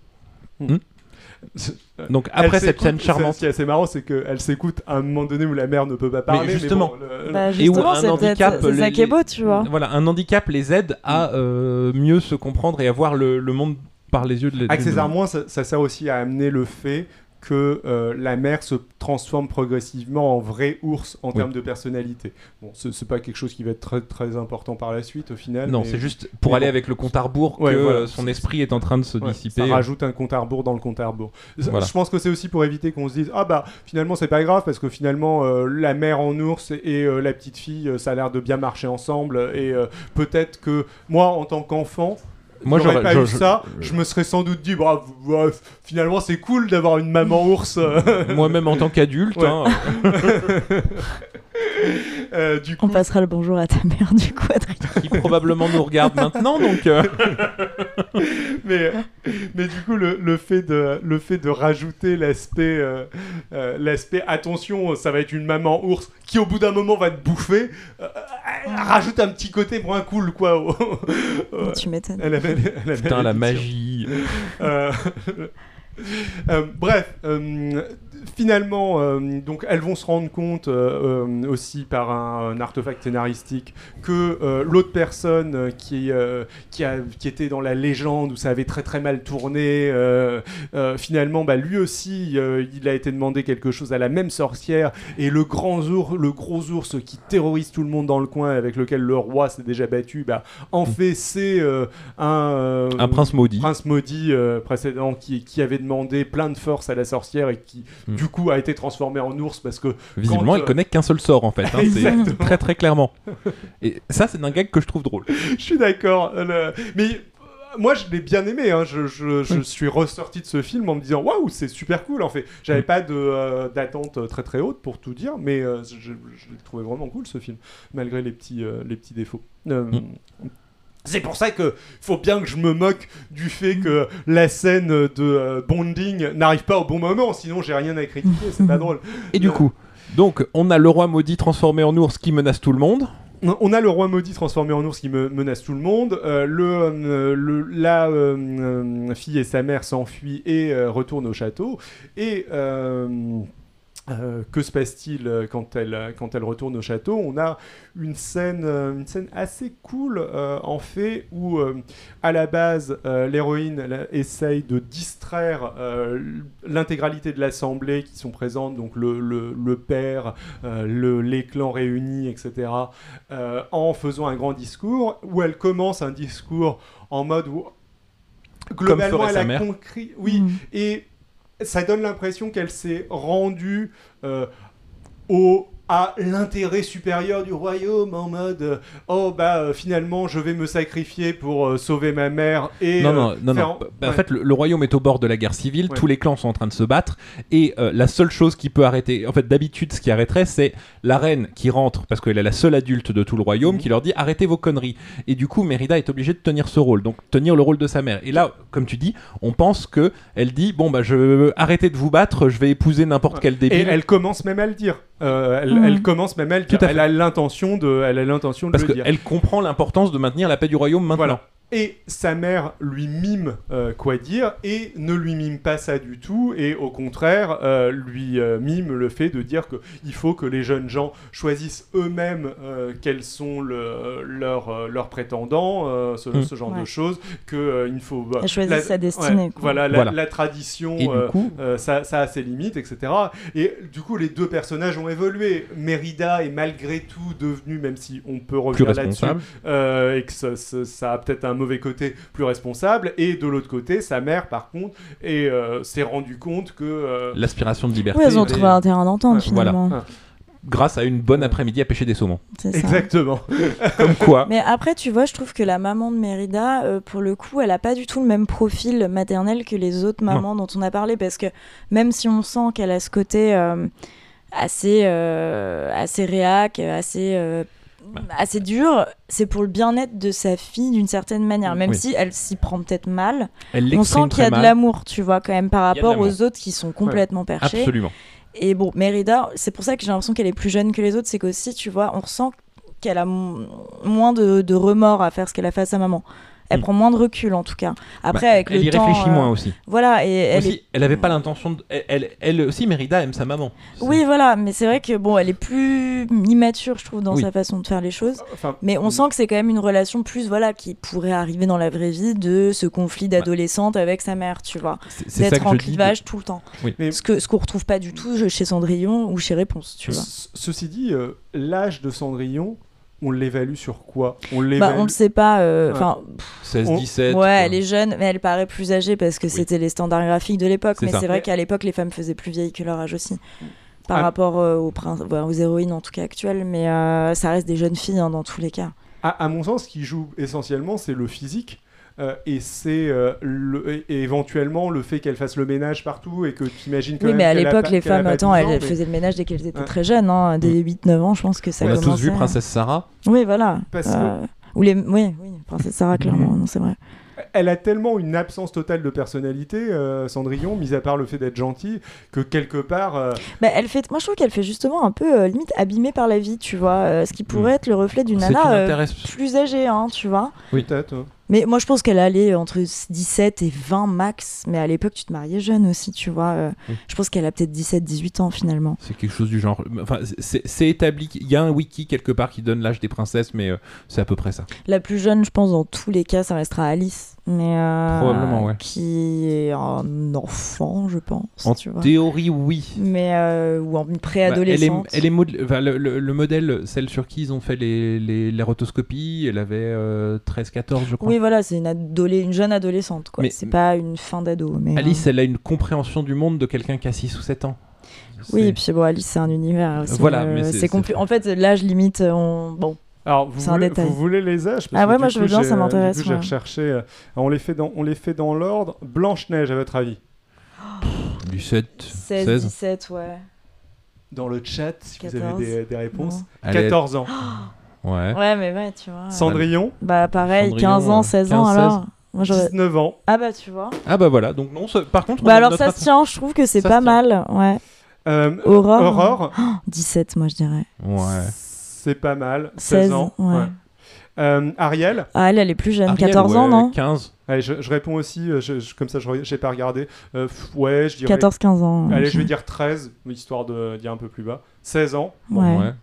Donc après cette scène charmante, ce qui est assez marrant, c'est qu'elle s'écoute à un moment donné où la mère ne peut pas parler. Mais justement, et où un handicap, c'est ça qui est beau, tu vois. Voilà, un handicap les aide à mieux se comprendre et à voir le monde par les yeux de accessoirement, ça sert aussi à amener le fait que la mère se transforme progressivement en vrai ours en termes de personnalité. Bon, c'est pas quelque chose qui va être très, très important par la suite au final. Non, c'est juste pour aller avec le compte à rebours que son esprit est en train de se dissiper. Ça rajoute un compte à rebours dans le compte à rebours. Voilà. Je pense que c'est aussi pour éviter qu'on se dise finalement c'est pas grave parce que finalement la mère en ours et la petite fille ça a l'air de bien marcher ensemble et peut-être que moi en tant qu'enfant j'aurais pas eu ça, je me serais sans doute dit finalement c'est cool d'avoir une maman ours. Moi-même en tant qu'adulte. Ouais. Hein. Du coup... On passera le bonjour à ta mère du coup, Adrien. Qui probablement nous regarde maintenant, donc. mais du coup le fait de rajouter l'aspect attention, ça va être une maman ours qui au bout d'un moment va te bouffer, rajoute un petit côté moins cool quoi. Tu m'étonnes. Putain, la magie. Bref, finalement, donc elles vont se rendre compte aussi par un artefact scénaristique que l'autre personne qui était dans la légende où ça avait très très mal tourné, finalement, lui aussi, il a été demandé quelque chose à la même sorcière, et le gros ours qui terrorise tout le monde dans le coin, avec lequel le roi s'est déjà battu, en fait c'est un prince maudit. Précédent qui avait demandé plein de force à la sorcière et qui du coup a été transformé en ours parce que visiblement elle connaît qu'un seul sort en fait, hein, c'est très très clairement, et ça c'est un gag que je trouve drôle. Je suis d'accord, mais moi je l'ai bien aimé, hein. Je suis ressorti de ce film en me disant waouh, c'est super cool. En fait j'avais pas d'attente très très haute pour tout dire, mais je l'ai trouvé vraiment cool ce film malgré les petits défauts. C'est pour ça qu'il faut bien que je me moque du fait que la scène de bonding n'arrive pas au bon moment, sinon j'ai rien à critiquer, c'est pas drôle. Et du coup, donc on a le roi maudit transformé en ours qui menace tout le monde. On a le roi maudit transformé en ours qui menace tout le monde. La fille et sa mère s'enfuient et retournent au château. Et... que se passe-t-il quand elle retourne au château? On a une scène assez cool en fait où à la base l'héroïne essaye de distraire l'intégralité de l'assemblée qui sont présentes, donc le père, les clans réunis, etc., en faisant un grand discours où elle commence un discours en mode où globalement elle a compris, et ça donne l'impression qu'elle s'est rendue à l'intérêt supérieur du royaume, en mode finalement je vais me sacrifier pour sauver ma mère et non. En fait le royaume est au bord de la guerre civile, tous les clans sont en train de se battre, et la seule chose qui peut arrêter, en fait d'habitude ce qui arrêterait, c'est la reine qui rentre parce qu'elle est la seule adulte de tout le royaume, qui leur dit arrêtez vos conneries, et du coup Mérida est obligée de tenir ce rôle, donc tenir le rôle de sa mère, et là comme tu dis on pense que elle dit je veux arrêter de vous battre, je vais épouser n'importe quel débile, et elle commence même à le dire. Elle commence même à le dire. Elle a l'intention de le dire. Parce qu'elle comprend l'importance de maintenir la paix du royaume maintenant. Voilà. Et sa mère lui mime quoi dire, et ne lui mime pas ça du tout, et au contraire lui mime le fait de dire qu'il faut que les jeunes gens choisissent eux-mêmes quels sont leurs prétendants, ce genre de choses, qu'il faut... choisir sa destinée. La tradition, et du coup, ça a ses limites, etc. Et du coup, les deux personnages ont évolué. Mérida est malgré tout devenu, même si on peut revenir là-dessus, et que ça a peut-être un mauvais côté, plus responsable, et de l'autre côté sa mère par contre s'est rendu compte que l'aspiration de liberté, elles ont trouvé un terrain d'entente finalement, grâce à une bonne après-midi à pêcher des saumons. C'est ça. Exactement. Comme quoi. Mais après tu vois, je trouve que la maman de Mérida pour le coup elle a pas du tout le même profil maternel que les autres mamans dont on a parlé, parce que même si on sent qu'elle a ce côté assez réac, assez dur, c'est pour le bien-être de sa fille d'une certaine manière, même si elle s'y prend peut-être mal. On sent qu'il y a de l'amour, tu vois, quand même, par rapport aux autres qui sont complètement perchés. Absolument. Et bon, Mérida, c'est pour ça que j'ai l'impression qu'elle est plus jeune que les autres, c'est qu'aussi, tu vois, on ressent qu'elle a moins de remords à faire ce qu'elle a fait à sa maman. Elle prend moins de recul en tout cas. Après, avec le temps, elle y réfléchit moins aussi. Voilà, et elle avait pas l'intention de... elle aussi, Mérida aime sa maman. Oui, voilà, mais c'est vrai que elle est plus immature, je trouve, dans sa façon de faire les choses. Mais on sent que c'est quand même une relation plus, qui pourrait arriver dans la vraie vie, de ce conflit d'adolescente avec sa mère, tu vois, d'être en clivage tout le temps. Oui. Ce qu'on retrouve pas du tout chez Cendrillon ou chez Réponse, tu vois. Ceci dit, l'âge de Cendrillon, on l'évalue sur quoi? On le sait pas. 16-17. Ouais, elle est jeune, mais elle paraît plus âgée parce que c'était les standards graphiques de l'époque. Mais c'est vrai qu'à l'époque, les femmes faisaient plus vieilles que leur âge aussi. Par rapport aux héroïnes, en tout cas actuelles. Mais ça reste des jeunes filles dans tous les cas. À mon sens, ce qui joue essentiellement, c'est le physique. et c'est et éventuellement le fait qu'elle fasse le ménage partout et que tu imagines quand oui, même mais à qu'elle l'époque, a les qu'elle a femmes, pas 12 ans, elles mais- faisaient le ménage dès qu'elles étaient très jeunes, hein, dès 8-9 ans, je pense que ça On a commençait. tous vu Princesse Sarah. Oui, voilà. Parce que- Ou les... Oui, Princesse Sarah, clairement, non, c'est vrai. Elle a tellement une absence totale de personnalité, Cendrillon, mis à part le fait d'être gentille, que quelque part... Bah, moi, je trouve qu'elle fait justement un peu limite abîmée par la vie, tu vois. Ce qui pourrait être le reflet d'une C'est qui nana m'intéresse. plus âgée, hein, tu vois. Oui. Peut-être. Mais moi, je pense qu'elle allait entre 17 et 20 max. Mais à l'époque, tu te mariais jeune aussi, tu vois. Oui. Je pense qu'elle a peut-être 17-18 ans, finalement. C'est quelque chose du genre. Enfin, c'est établi. Il y a un wiki quelque part qui donne l'âge des princesses, mais c'est à peu près ça. La plus jeune, je pense, dans tous les cas, ça restera Alice. Mais Probablement, ouais. qui est un enfant, je pense. En tu vois. théorie, oui. Mais ou en préadolescente. Elle est le modèle, celle sur qui ils ont fait les rotoscopies, elle avait 13-14, je crois. Oui, voilà, c'est une jeune adolescente, quoi. Mais- C'est pas une fin d'ado. Mais, Alice, elle a une compréhension du monde de quelqu'un qui a 6 ou 7 ans. Oui, C'est- et puis bon, Alice, c'est un univers aussi. Voilà, mais c'est En fait, l'âge limite, bon. Alors, C'est un détail. vous voulez les âges? Ah ouais, que moi, du je coup, veux bien, j'ai, ça m'intéresse, Du coup, j'ai ouais. recherché... on les fait dans l'ordre. Blanche-Neige, à votre avis? Du 7, 16, 16. 17, ouais. Dans le chat, si 14, vous avez des réponses. non. Elle est- 14 ans. Ouais. Ouais, mais ouais, tu vois. Cendrillon, Bah, pareil, Cendrillon, 15 ans, 16 ans, 15, alors. Moi, j'aurais... 19 ans. Ah bah, tu vois. Ah bah voilà, donc non, par contre... Bah, alors, notre ça se tient, je trouve que c'est Ça pas se tient. mal, ouais. Aurore, Aurore. 17, moi, je dirais. Ouais. c'est pas mal. 16 16, ans. ouais. Ariel, Ah, elle est plus jeune, Ariel, 14 ans, ouais, non 15. allez, je réponds aussi, comme ça j'ai pas regardé. Ouais, je dirais... 14-15 ans. Allez, ok. je vais dire 13, histoire de dire un peu plus bas. 16 ans. Ouais.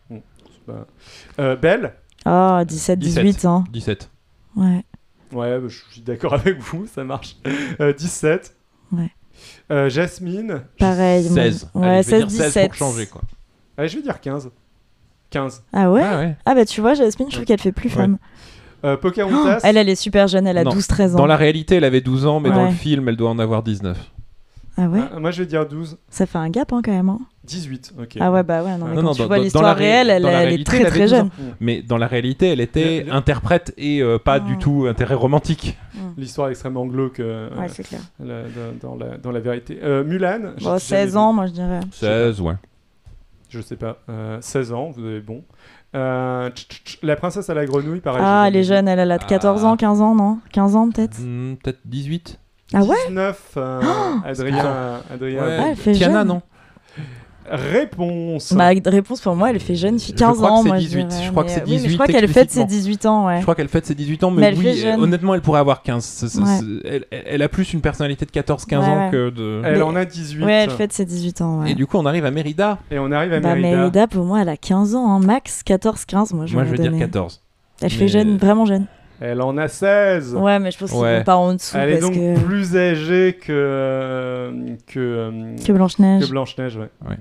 Belle, Ah, 17-18 ans. 17. Ouais. ouais, je suis d'accord avec vous, ça marche. 17. Ouais. Jasmine, Pareil. 16. moi. Allez, Ouais, je vais dire 16-17. 16 pour changer, quoi. allez, je vais dire 15. 15. Ah ouais, Ah ouais. Ah bah tu vois, Jasmine, je trouve qu'elle fait plus Ouais. femme. Pocahontas, Elle est super jeune, elle a Non. 12-13 ans. Dans la réalité, elle avait 12 ans, mais dans Ouais. le film, elle doit en avoir 19. Ah ouais, moi je vais dire 12. ça fait un gap hein, quand même. Hein. 18, ok. Ah ouais, bah ouais, non, mais Non, quand non, tu dans- vois dans l'histoire la ré- réelle, elle, dans la elle est réalité, très elle avait très 12 jeune. ans. Mais dans la réalité, elle était interprète et pas du tout intérêt romantique. L'histoire est extrêmement glauque Ouais, c'est clair. dans la vérité. Mulan, Bon, 16 ans, moi je dirais. 16, ouais. Je sais pas. 16 ans, vous avez bon. La princesse à la grenouille, pareil. Ah, j'ai elle est jeune, elle a 14 ans, 15 ans, non 15 ans peut-être. Peut-être 18. Ah ouais 19, Adrien. Ouais. Ah, elle fait Tiana, jeune. non. Réponse. Bah, réponse pour moi, elle fait jeune, fille, Je 15 crois que ans. c'est moi, 18, dirais, je crois que mais, c'est oui, mais 18 je crois qu'elle fête ses explicitement. 18 ans, ouais. Je crois qu'elle fête ses 18 ans, mais, Mais elle fait oui, jeune. honnêtement, elle pourrait avoir 15. Ouais. Elle a plus une personnalité de 14-15 Ouais, ans ouais. que de... Elle Mais- en a 18. Ouais, elle fête ses 18 ans, ouais. Et du coup, on arrive à Mérida. Et on arrive à Bah, Mérida. Mérida, pour moi, elle a 15 ans, hein, max 14-15, moi je Moi, je vais dire donner. 14. Elle Mais- fait jeune, vraiment jeune. Elle en a 16. Ouais, mais je pense qu'ils Ouais. vont pas en dessous Elle est parce donc que... plus âgée que Blanche-Neige. Blanche-Neige, ouais. Ouais.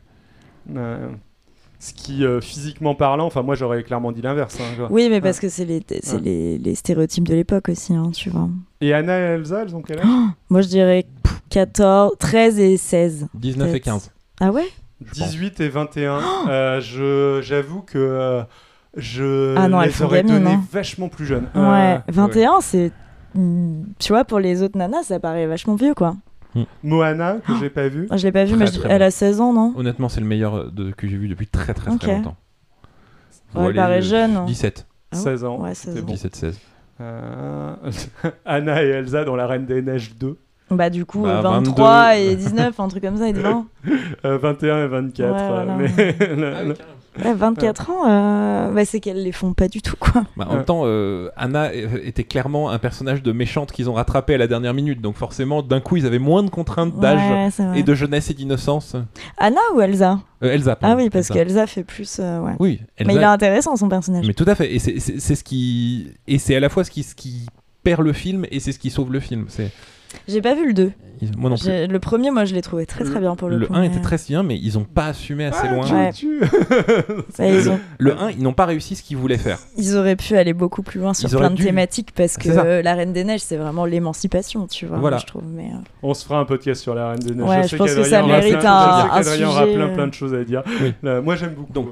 Ce qui, physiquement parlant, enfin moi j'aurais clairement dit l'inverse. Hein, quoi. Oui, mais parce que c'est les stéréotypes de l'époque aussi, hein, tu vois. Et Anna et Elsa, elles ont quel âge? Moi, je dirais 14, 13 et 16. 19 et Peut-être. 15. Ah ouais 18 et 21. J'avoue que je Ah non, elles les font aurais gamines, données hein. vachement plus jeunes. Ouais, 21, c'est... Tu vois, pour les autres nanas, ça paraît vachement vieux, quoi. Moana, que j'ai pas vu. Moi, je l'ai pas vu, Très, mais très elle bon. a 16 ans, non Honnêtement, c'est le meilleur que j'ai vu depuis très très Ok. très longtemps. Ouais, elle paraît jeune. Hein. 17. Ah ouais 16 ans. Ouais, 16 c'est ans. bon. 17-16. Anna et Elsa dans La Reine des Neiges 2. Bah, du coup, Bah, 23 22. et 19, un truc comme ça, et 20. 21 et 24. Ouais, voilà. mais Ouais, 24 ans, bah, c'est qu'elles les font pas du tout, quoi. Bah, en même temps, Anna était clairement un personnage de méchante qu'ils ont rattrapé à la dernière minute. Donc forcément, d'un coup, ils avaient moins de contraintes d'âge Ouais, c'est vrai. et de jeunesse et d'innocence. Anna ou Elsa Elsa, Ah pardon, oui, parce Elsa. qu'Elsa fait plus... ouais. Oui, Elsa. Mais il est intéressant, son personnage. Mais tout à fait. Et c'est ce qui... Et c'est à la fois ce qui perd le film et c'est ce qui sauve le film. J'ai pas vu le 2. Moi non plus. Le premier, moi, je l'ai trouvé très très bien pour le coup. 1 mais- était très bien, mais ils ont pas assumé assez loin. Ouais. Ouais, Le 1, ils n'ont pas réussi ce qu'ils voulaient faire. Ils auraient pu aller beaucoup plus loin sur Ils auraient plein de dû. thématiques parce C'est ça. que La Reine des Neiges, c'est vraiment l'émancipation, tu vois, Voilà. moi, je trouve. Mais, On se fera un podcast sur La Reine des Neiges. Ouais, sais je pense que qu'Adrien ça aura mérite plein- un je sais qu'Adrien aura sujet, plein de choses à dire. Oui. Moi j'aime beaucoup. Donc,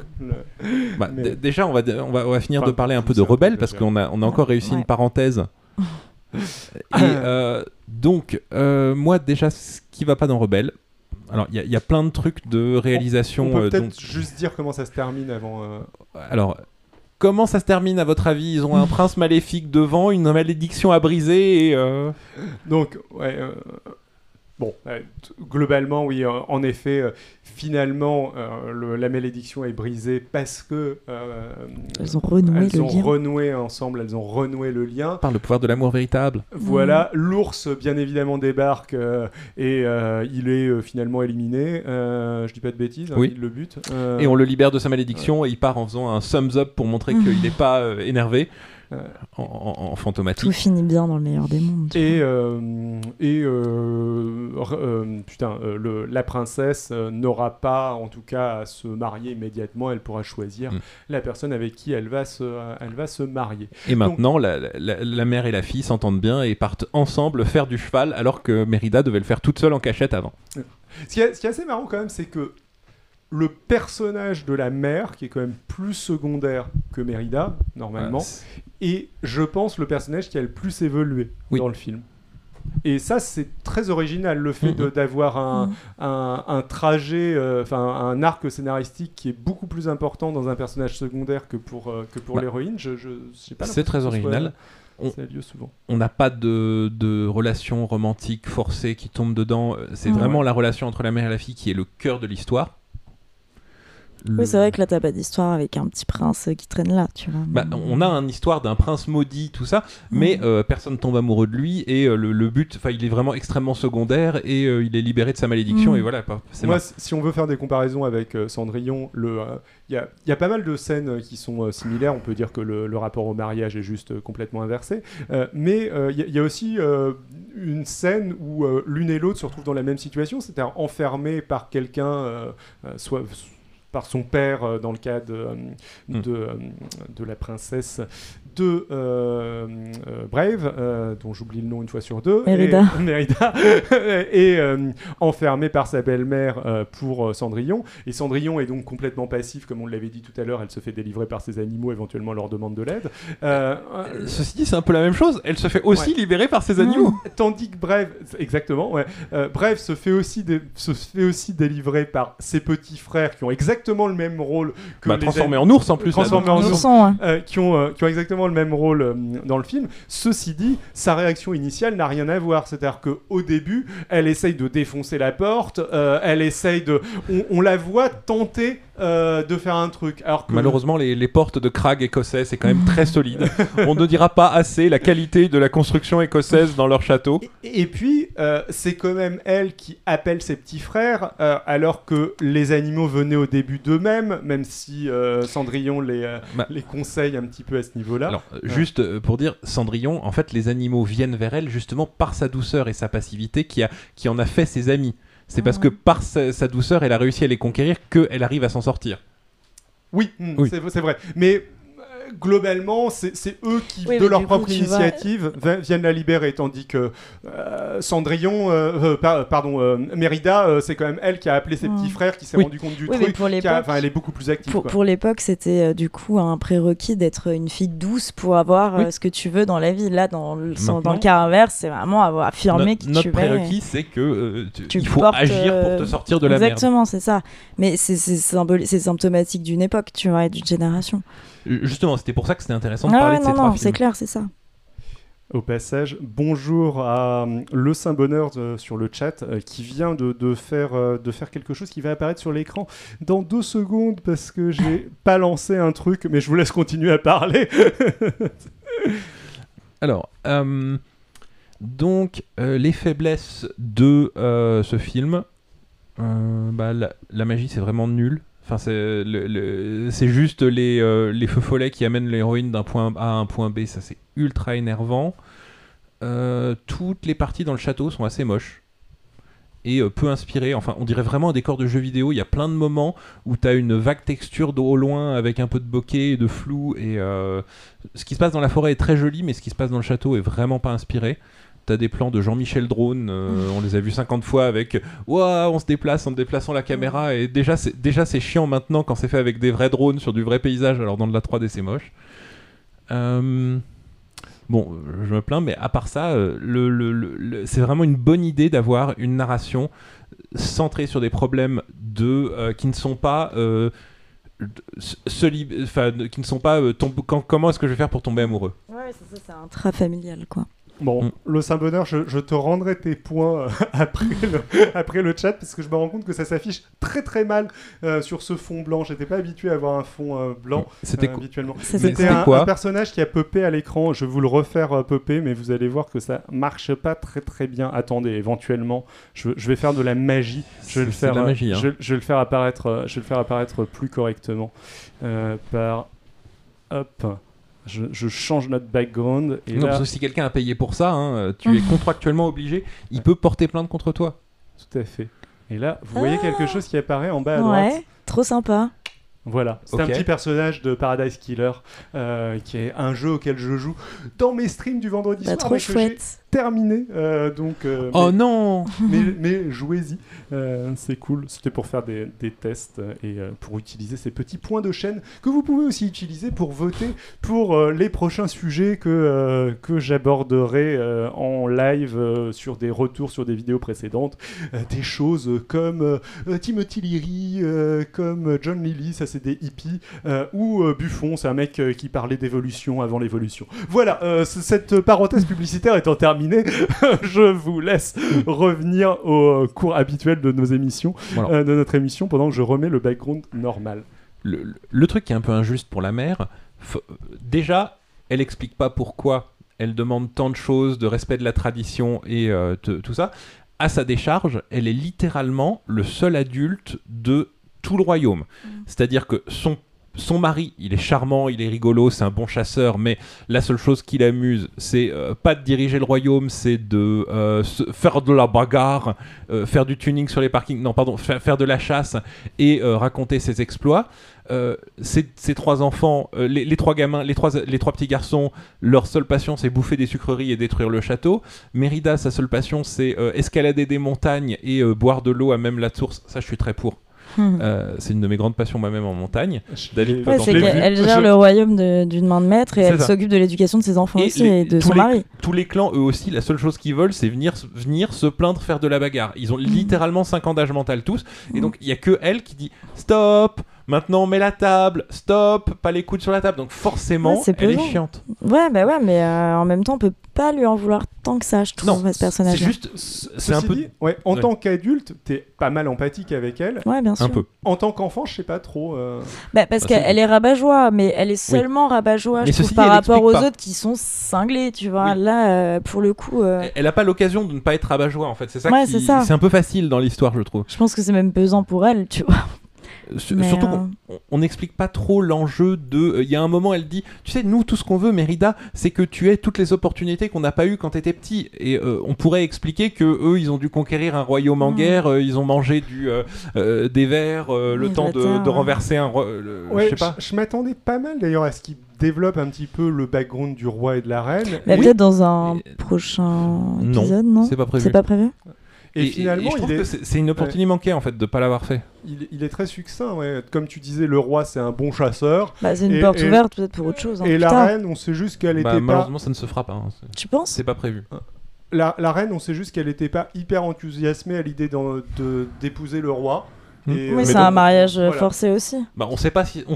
Mais- déjà, on va finir Enfin, de parler un peu de c'est un peu Rebelle parce cher. qu'on a encore réussi Ouais. une parenthèse Et donc, moi, déjà, ce qui va pas dans Rebelle, alors il y a plein de trucs de réalisation. On peut peut-être juste dire comment ça se termine avant. Alors, comment ça se termine à votre avis ? Ils ont un prince maléfique devant, une malédiction à briser et. Donc, ouais. Bon, globalement, oui, en effet, finalement, la malédiction est brisée parce que elles ont renoué ensemble, elles ont renoué le lien. Par le pouvoir de l'amour véritable. Voilà, l'ours, bien évidemment, débarque et il est finalement éliminé. Je dis pas de bêtises, oui. Il le bute. Et on le libère de sa malédiction et il part en faisant un thumbs up pour montrer qu'il n'est pas énervé. En fantomatique. Tout finit bien dans le meilleur des mondes. La princesse n'aura pas, en tout cas, à se marier immédiatement. Elle pourra choisir la personne avec qui elle va se marier. Et maintenant, la mère et la fille s'entendent bien et partent ensemble faire du cheval, alors que Mérida devait le faire toute seule en cachette avant. Ce qui est assez marrant quand même, c'est que le personnage de la mère, qui est quand même plus secondaire que Mérida, normalement, est, je pense, le personnage qui a le plus évolué dans le film. Et ça, c'est très original, le fait d'avoir un trajet, un arc scénaristique qui est beaucoup plus important dans un personnage secondaire que pour l'héroïne. Je sais pas. C'est très original. Ça a lieu souvent. On n'a pas de relation romantique forcée qui tombe dedans. C'est vraiment la relation entre la mère et la fille qui est le cœur de l'histoire. Oui, c'est vrai que là, t'as pas d'histoire avec un petit prince qui traîne là, tu vois. On a une histoire d'un prince maudit, tout ça, mais personne tombe amoureux de lui et le but, il est vraiment extrêmement secondaire et il est libéré de sa malédiction et voilà. Si on veut faire des comparaisons avec Cendrillon, il y a pas mal de scènes qui sont similaires. On peut dire que le rapport au mariage est juste complètement inversé, mais il y a aussi une scène où l'une et l'autre se retrouvent dans la même situation, c'est-à-dire enfermés par quelqu'un, soit par son père dans le cas de la princesse de Brave, dont j'oublie le nom une fois sur deux, Mérida, et enfermée par sa belle-mère pour Cendrillon. Et Cendrillon est donc complètement passif, comme on l'avait dit tout à l'heure. Elle se fait délivrer par ses animaux, éventuellement leur demande de l'aide. Ceci dit, c'est un peu la même chose. Elle se fait aussi libérer par ses animaux. Tandis que Brave, exactement, Brave se fait aussi délivrer par ses petits frères qui ont exactement le même rôle que transformés en ours en plus. Transformés en ours, qui ont exactement le même rôle dans le film. Ceci dit, sa réaction initiale n'a rien à voir. C'est-à-dire qu'au début, elle essaye de défoncer la porte, on la voit tenter de faire un truc. Alors que... Malheureusement, les portes de Crag écossais, c'est quand même très solide. On ne dira pas assez la qualité de la construction écossaise dans leur château. Et puis, c'est quand même elle qui appelle ses petits frères, alors que les animaux venaient au début d'eux-mêmes, même si Cendrillon les conseille un petit peu à ce niveau-là. Alors, juste pour dire, Cendrillon, en fait, les animaux viennent vers elle justement par sa douceur et sa passivité qui en a fait ses amis. C'est parce que par sa douceur, elle a réussi à les conquérir qu'elle arrive à s'en sortir. Oui. C'est vrai. Mais globalement, c'est eux qui, de leur propre initiative, viennent la libérer, tandis que Cendrillon, Mérida, c'est quand même elle qui a appelé ses petits frères, qui s'est rendu compte du truc. Elle est beaucoup plus active. Pour l'époque, c'était du coup un prérequis d'être une fille douce pour avoir ce que tu veux dans la vie. Là, dans le cas inverse, c'est vraiment avoir affirmé qui tu es. Notre prérequis, c'est que il faut agir pour te sortir de la merde. Exactement, c'est ça. Mais c'est symptomatique d'une époque, tu vois, et d'une génération. Justement, c'était pour ça que c'était intéressant de parler de ces trois films. C'est clair, c'est ça. Au passage, bonjour à Le Saint Bonheur sur le chat qui vient de faire quelque chose qui va apparaître sur l'écran dans 2 secondes parce que j'ai pas lancé un truc, mais je vous laisse continuer à parler. Alors, donc, les faiblesses de ce film, la magie c'est vraiment nul. Enfin, c'est juste les feux follets qui amènent l'héroïne d'un point A à un point B, ça c'est ultra énervant. Toutes les parties dans le château sont assez moches et peu inspirées. Enfin, on dirait vraiment un décor de jeu vidéo. Il y a plein de moments où tu as une vague texture d'eau au loin avec un peu de bokeh et de flou. Et ce qui se passe dans la forêt est très joli, mais ce qui se passe dans le château est vraiment pas inspiré. T'as des plans de Jean-Michel Drone, on les a vus 50 fois avec on se déplace en déplaçant la caméra et déjà c'est chiant maintenant quand c'est fait avec des vrais drones sur du vrai paysage, alors dans de la 3D c'est moche. Bon, je me plains, mais à part ça, c'est vraiment une bonne idée d'avoir une narration centrée sur des problèmes qui ne sont pas qui ne sont pas comment est-ce que je vais faire pour tomber amoureux. Ouais, c'est ça, c'est un trait familial, quoi. Bon, le Saint-Bonheur, je te rendrai tes points après le chat, parce que je me rends compte que ça s'affiche très très mal sur ce fond blanc. J'étais pas habitué à avoir un fond blanc habituellement. C'était un personnage qui a popé à l'écran. Je vais vous le refaire popper, mais vous allez voir que ça marche pas très très bien. Attendez, éventuellement, je vais faire de la magie. Je vais le faire, magie, hein. je vais le faire apparaître plus correctement par hop. Je change notre background. Et non, parce que si quelqu'un a payé pour ça, tu es contractuellement obligé, il peut porter plainte contre toi. Tout à fait. Et là, vous voyez quelque chose qui apparaît en bas à droite. Ouais, trop sympa. Voilà, c'est un petit personnage de Paradise Killer qui est un jeu auquel je joue dans mes streams du vendredi soir. Trop chouette. J'ai terminé, non. mais jouez-y, c'est cool. C'était pour faire des tests et pour utiliser ces petits points de chaîne que vous pouvez aussi utiliser pour voter pour les prochains sujets que j'aborderai en live sur des retours sur des vidéos précédentes, des choses comme Timothy Leary, comme John Lilly, ça c'est des hippies, ou Buffon, c'est un mec qui parlait d'évolution avant l'évolution. Voilà, cette parenthèse publicitaire étant terminée, je vous laisse revenir au cours habituel de nos émissions, de notre émission, pendant que je remets le background normal. Le truc qui est un peu injuste pour la mère, déjà, elle explique pas pourquoi elle demande tant de choses, de respect de la tradition et tout ça. À sa décharge, elle est littéralement le seul adulte de tout le royaume. C'est-à-dire que son mari, il est charmant, il est rigolo, c'est un bon chasseur, mais la seule chose qui l'amuse, c'est pas de diriger le royaume, c'est de faire de la bagarre, faire du tuning sur les parkings, faire de la chasse et raconter ses exploits. Ces trois enfants, les trois gamins, les trois petits garçons, leur seule passion c'est bouffer des sucreries et détruire le château. Mérida, sa seule passion c'est escalader des montagnes et boire de l'eau à même la source. Ça, je suis très pour. C'est une de mes grandes passions moi-même en montagne. C'est qu'elle gère le royaume d'une main de maître et elle s'occupe de l'éducation de ses enfants aussi et de son mari. Tous les clans, eux aussi, la seule chose qu'ils veulent, c'est venir se plaindre, faire de la bagarre. Ils ont littéralement 5 ans d'âge mental tous. Et donc, il n'y a que elle qui dit « Stop !» Maintenant on met la table, stop, pas les coudes sur la table. Donc forcément, elle est chiante. Ouais, mais en même temps, on peut pas lui en vouloir tant que ça, je trouve, ce personnage. C'est juste, c'est un peu. En tant qu'adulte, t'es pas mal empathique avec elle. Ouais, bien sûr. Un peu. En tant qu'enfant, je sais pas trop. Parce qu'elle est rabat-joie, mais elle est seulement rabat-joie, je trouve, par rapport aux autres qui sont cinglés, tu vois. Oui. Là, pour le coup. Elle a pas l'occasion de ne pas être rabat-joie, en fait. C'est ça c'est un peu facile dans l'histoire, je trouve. Je pense que c'est même pesant pour elle, tu vois. Surtout qu'on n'explique pas trop l'enjeu de... Il y a un moment, elle dit, tu sais, nous, tout ce qu'on veut, Mérida, c'est que tu aies toutes les opportunités qu'on n'a pas eues quand t'étais petit. Et on pourrait expliquer que eux, ils ont dû conquérir un royaume en guerre, ils ont mangé des vers, le temps de renverser un... je sais pas. Je m'attendais pas mal, d'ailleurs, à ce qu'ils développent un petit peu le background du roi et de la reine. Mais peut-être dans un prochain épisode, non, c'est pas prévu. C'est pas prévu. Et finalement, je trouve que c'est une opportunité manquée en fait de pas l'avoir fait. Il est très succinct, ouais. Comme tu disais, le roi c'est un bon chasseur. C'est une porte ouverte peut-être pour autre chose. Et la reine, on sait juste qu'elle était malheureusement, ça ne se fera pas. Tu penses ? C'est pas prévu. La reine, on sait juste qu'elle n'était pas hyper enthousiasmée à l'idée d'épouser le roi. Oui, c'est un mariage forcé aussi. On sait pas. On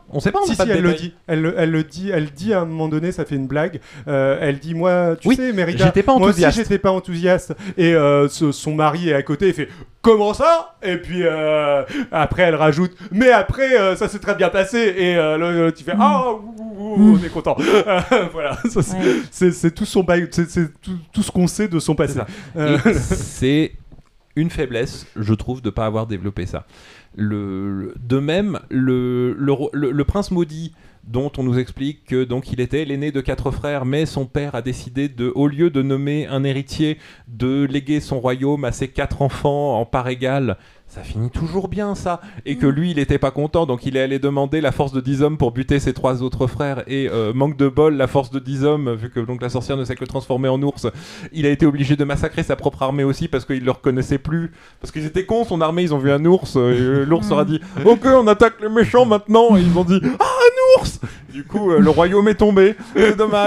Elle dit à un moment donné, ça fait une blague. Elle dit, moi, tu sais, Mérida, j'étais pas enthousiaste. Moi aussi, j'étais pas enthousiaste. Et son mari est à côté, il fait, comment ça ? Et puis après, elle rajoute, mais après, ça s'est très bien passé. Et tu fais, on est content. Voilà, ça, c'est tout son bail, c'est tout ce qu'on sait de son passé. C'est une faiblesse, je trouve, de ne pas avoir développé ça. De même, le prince maudit, dont on nous explique que donc il était l'aîné de 4 frères, mais son père a décidé au lieu de nommer un héritier, de léguer son royaume à ses 4 enfants en part égale. Ça finit toujours bien, ça. Et que lui, il était pas content, donc il est allé demander la force de 10 hommes pour buter ses 3 autres frères. Et manque de bol, la force de 10 hommes, vu que donc la sorcière ne s'est que transformée en ours, il a été obligé de massacrer sa propre armée aussi parce qu'il le reconnaissait plus. Parce qu'ils étaient cons, son armée, ils ont vu un ours. Et l'ours leur a dit « Ok, on attaque les méchants maintenant !» Et ils ont dit « Ah, un ours !» Du coup, le royaume est tombé. C'est dommage.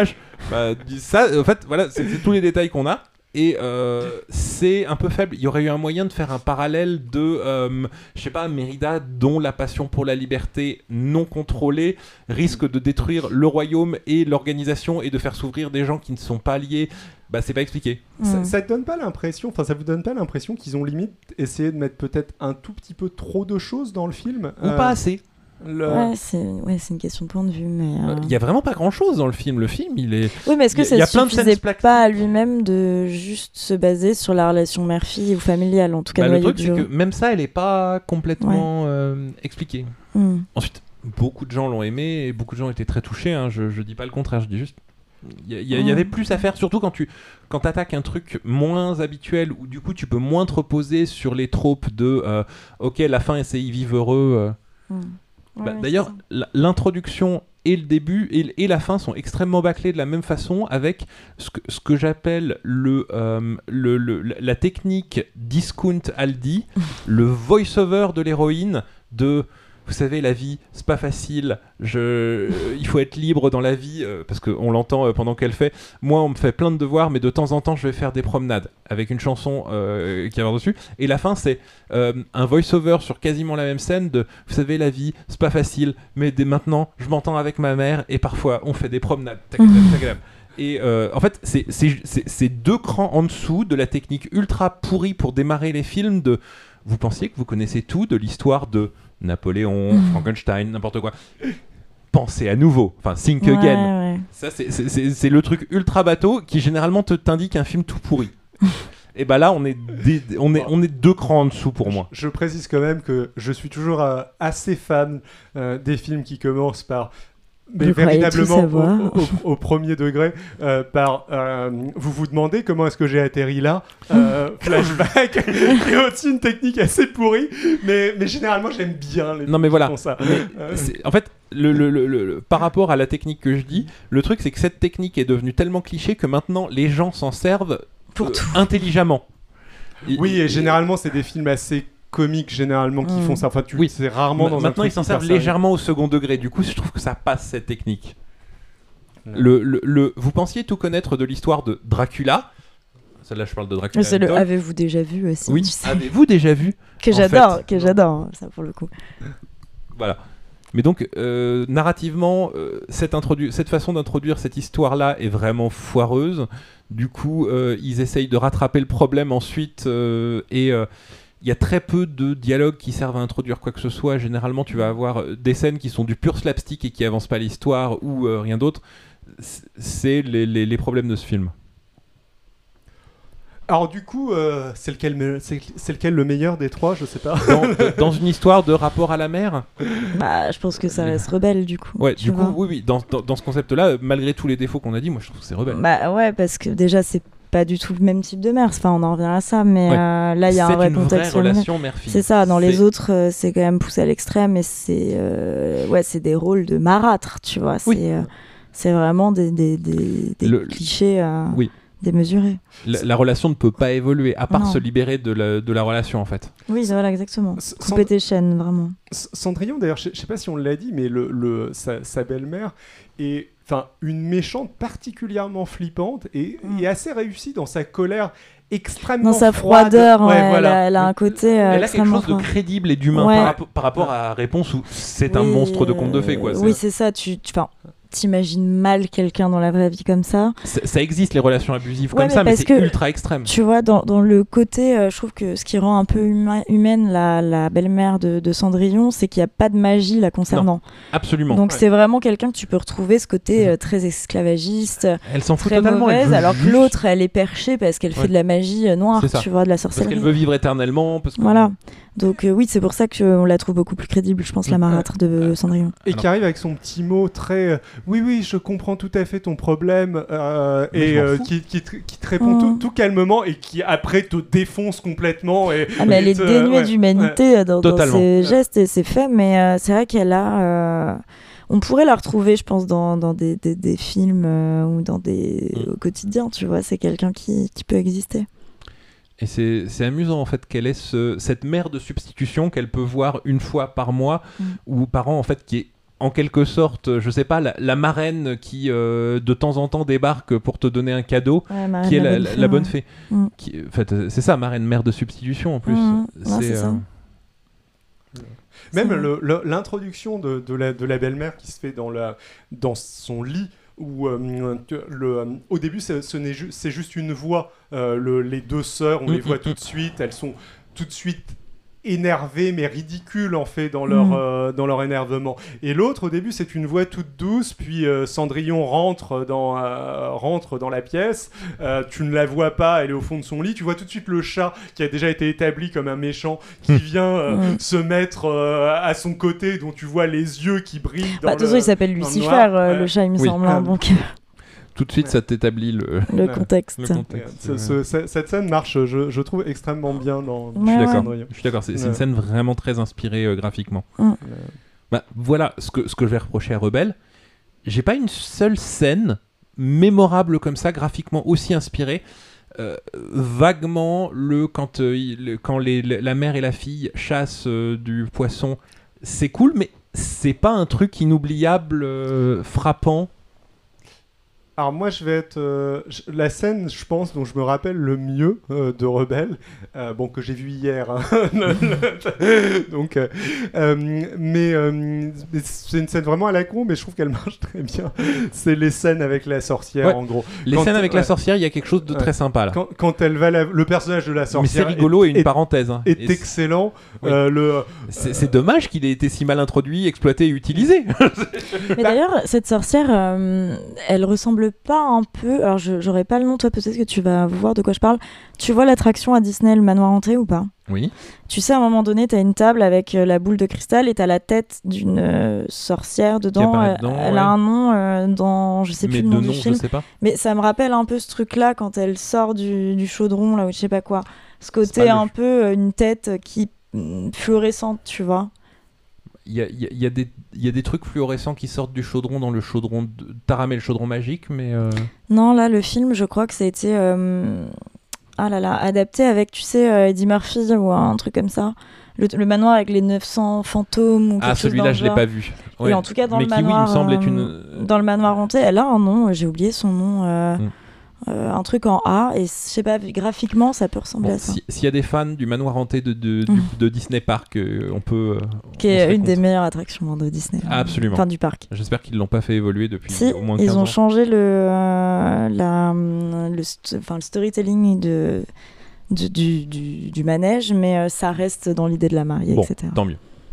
Ça, en fait, voilà, c'est tous les détails qu'on a. Et c'est un peu faible. Il y aurait eu un moyen de faire un parallèle de, je sais pas, Mérida, dont la passion pour la liberté non contrôlée risque de détruire le royaume et l'organisation et de faire s'ouvrir des gens qui ne sont pas liés. Bah, c'est pas expliqué. Ça te donne pas l'impression, ça vous donne pas l'impression qu'ils ont limite essayé de mettre peut-être un tout petit peu trop de choses dans le film ou pas assez? Ouais, c'est une question de point de vue, mais il y a vraiment pas grand chose dans le film. Le film, il est. Oui, mais est-ce que ça ne suffisait pas à lui-même de juste se baser sur la relation mère-fille ou familiale, en tout cas? Le truc, c'est que même ça, elle est pas complètement expliquée. Ensuite, beaucoup de gens l'ont aimé et beaucoup de gens étaient très touchés. Hein. Je dis pas le contraire, je dis juste. Il y avait plus à faire, surtout quand t'attaques un truc moins habituel où du coup tu peux moins te reposer sur les tropes de ok, la fin, c'est ils vivent heureux. D'ailleurs, l'introduction et le début et la fin sont extrêmement bâclés de la même façon, avec ce que j'appelle la technique discount Aldi, le voice-over de l'héroïne de... Vous savez, la vie, c'est pas facile. Il faut être libre dans la vie, parce qu'on l'entend pendant qu'elle fait. Moi, on me fait plein de devoirs, mais de temps en temps, je vais faire des promenades avec une chanson qui va dessus. Et la fin, c'est un voice-over sur quasiment la même scène de vous savez, la vie, c'est pas facile, mais dès maintenant, je m'entends avec ma mère et parfois, on fait des promenades. Et en fait, c'est 2 crans en dessous de la technique ultra pourrie pour démarrer les films de. Vous pensiez que vous connaissez tout de l'histoire de Napoléon, Frankenstein, n'importe quoi. Pensez à nouveau, enfin think again. Ouais. Ça, c'est le truc ultra bateau qui généralement t'indique un film tout pourri. Et bah là, on est 2 crans en dessous pour moi. Je précise quand même que je suis toujours assez fan des films qui commencent par... Mais véritablement au premier degré, par vous vous demandez comment est-ce que j'ai atterri là, flashback, et aussi une technique assez pourrie, mais généralement j'aime bien les films qui font ça. En fait, par rapport à la technique que je dis, le truc c'est que cette technique est devenue tellement cliché que maintenant les gens s'en servent intelligemment. Oui, et généralement c'est des films assez comiques généralement qui font ça. Enfin, c'est rarement dans maintenant un ils s'en servent légèrement au second degré. Du coup, je trouve que ça passe cette technique. Vous pensiez tout connaître de l'histoire de Dracula. Celle-là, je parle de Dracula. C'est le avez-vous déjà vu aussi? Oui. Avez-vous déjà vu? Que j'adore, ça pour le coup. Voilà. Mais donc, narrativement, cette façon d'introduire cette histoire-là est vraiment foireuse. Du coup, ils essayent de rattraper le problème ensuite et il y a très peu de dialogues qui servent à introduire quoi que ce soit. Généralement, tu vas avoir des scènes qui sont du pur slapstick et qui avancent pas l'histoire ou rien d'autre. C'est les problèmes de ce film. Alors du coup, c'est lequel le meilleur des 3, je sais pas. Dans une histoire de rapport à la mer. Bah, je pense que ça reste Rebelle du coup. Ouais, du coup, oui. Dans ce concept-là, malgré tous les défauts qu'on a dit, moi je trouve que c'est Rebelle. Bah ouais, parce que déjà c'est pas du tout le même type de mère. Enfin, on en revient à ça, mais là il y a un vrai contexte. C'est une vraie relation mère-fille. C'est ça. Dans les autres, c'est quand même poussé à l'extrême, et c'est des rôles de marâtre, tu vois. C'est vraiment des clichés. Oui. Démesuré. La relation ne peut pas évoluer, à part se libérer de la relation, en fait. Oui, voilà, exactement. Couper tes chaînes, vraiment. Cendrillon, d'ailleurs, je sais pas si on l'a dit, mais sa belle-mère est une méchante particulièrement flippante et assez réussie dans sa colère extrêmement dans sa froideur. Elle a un côté elle a quelque chose de crédible et d'humain par rapport à Réponse où c'est un monstre de conte de fées, quoi. Oui, c'est ça. T'imagines mal quelqu'un dans la vraie vie comme ça. Ça existe, les relations abusives comme ça, mais c'est ultra extrême. Tu vois, dans le côté, je trouve que ce qui rend un peu humaine la belle-mère de Cendrillon, c'est qu'il n'y a pas de magie la concernant. Non, absolument. Donc c'est vraiment quelqu'un que tu peux retrouver, ce côté très esclavagiste, elle s'en fout très totalement, mauvaise, alors que l'autre, elle est perchée parce qu'elle fait de la magie noire, tu vois, de la sorcellerie. Parce qu'elle veut vivre éternellement. Voilà. Donc oui, c'est pour ça qu'on la trouve beaucoup plus crédible, je pense, la marâtre de Cendrillon. Et qui arrive avec son petit mot très oui, je comprends tout à fait ton problème, et qui te répond tout calmement et qui après te défonce complètement. Mais elle est dénuée d'humanité dans ses gestes et ses faits, mais c'est vrai qu'elle a... on pourrait la retrouver, je pense, dans des films ou dans au quotidien, tu vois, c'est quelqu'un qui peut exister. Et c'est amusant en fait qu'elle ait cette mère de substitution qu'elle peut voir une fois par mois ou par an en fait, qui est en quelque sorte, je sais pas, la marraine qui de temps en temps débarque pour te donner un cadeau, qui est la bonne fée. En fait, c'est ça, marraine, mère de substitution en plus. C'est ça. Même l'introduction de la belle-mère qui se fait dans son lit, où au début c'est juste une voix. Les deux sœurs, on les voit tout de suite, elles sont tout de suite énervées mais ridicules en fait dans leur énervement. Et l'autre au début c'est une voix toute douce, puis Cendrillon rentre dans la pièce, tu ne la vois pas, elle est au fond de son lit, tu vois tout de suite le chat qui a déjà été établi comme un méchant qui vient se mettre à son côté, dont tu vois les yeux qui brillent dans toute façon il s'appelle Lucifer, le chat il me semble, donc... Tout de suite, ça t'établit le contexte. Cette scène marche, je trouve, extrêmement bien dans... Je suis d'accord, c'est une scène vraiment très inspirée graphiquement. Voilà ce que je vais reprocher à Rebelle. J'ai pas une seule scène mémorable comme ça, graphiquement aussi inspirée. Vaguement, quand la mère et la fille chassent du poisson, c'est cool, mais c'est pas un truc inoubliable, frappant. Alors moi je vais être la scène je pense dont je me rappelle le mieux de Rebelle, que j'ai vu hier, hein. Donc mais c'est une scène vraiment à la con, mais je trouve qu'elle marche très bien. C'est les scènes avec la sorcière, en gros. Scènes avec la sorcière, il y a quelque chose de très sympa là. Quand elle va le personnage de la sorcière, mais c'est rigolo, et une parenthèse est excellent. C'est dommage qu'il ait été si mal introduit, exploité et utilisé. Mais d'ailleurs cette sorcière elle ressemble pas un peu, alors j'aurais pas le nom, toi peut-être que tu vas voir de quoi je parle. Tu vois l'attraction à Disney, le manoir hanté, ou pas? Oui. Tu sais, à un moment donné, t'as une table avec la boule de cristal et t'as la tête d'une sorcière dedans. Elle a un nom dans, je sais plus le nom du film. Je sais pas. Mais ça me rappelle un peu ce truc-là quand elle sort du chaudron, là, ou je sais pas quoi. Ce côté un peu une tête qui fluorescente, tu vois. Il y a des trucs fluorescents qui sortent du chaudron dans le chaudron de Taramé, le chaudron magique, mais... Non, là, le film, je crois que ça a été adapté avec, tu sais, Eddie Murphy ou un truc comme ça. Le manoir avec les 900 fantômes ou quelque chose celui-là, je l'ai pas vu. Ouais. Et en tout cas, dans le manoir, il me semble, est une... dans le manoir hanté, elle a un nom, j'ai oublié son nom... un truc en A, et je sais pas, graphiquement ça peut ressembler à ça. S'il y a des fans du manoir hanté de Disney Park, on peut... qui est une des meilleures attractions de Disney. Absolument. Enfin, du parc. J'espère qu'ils l'ont pas fait évoluer depuis au moins 15 ans. Ils ont changé le storytelling du manège, mais ça reste dans l'idée de la mariée, etc. Tant mieux.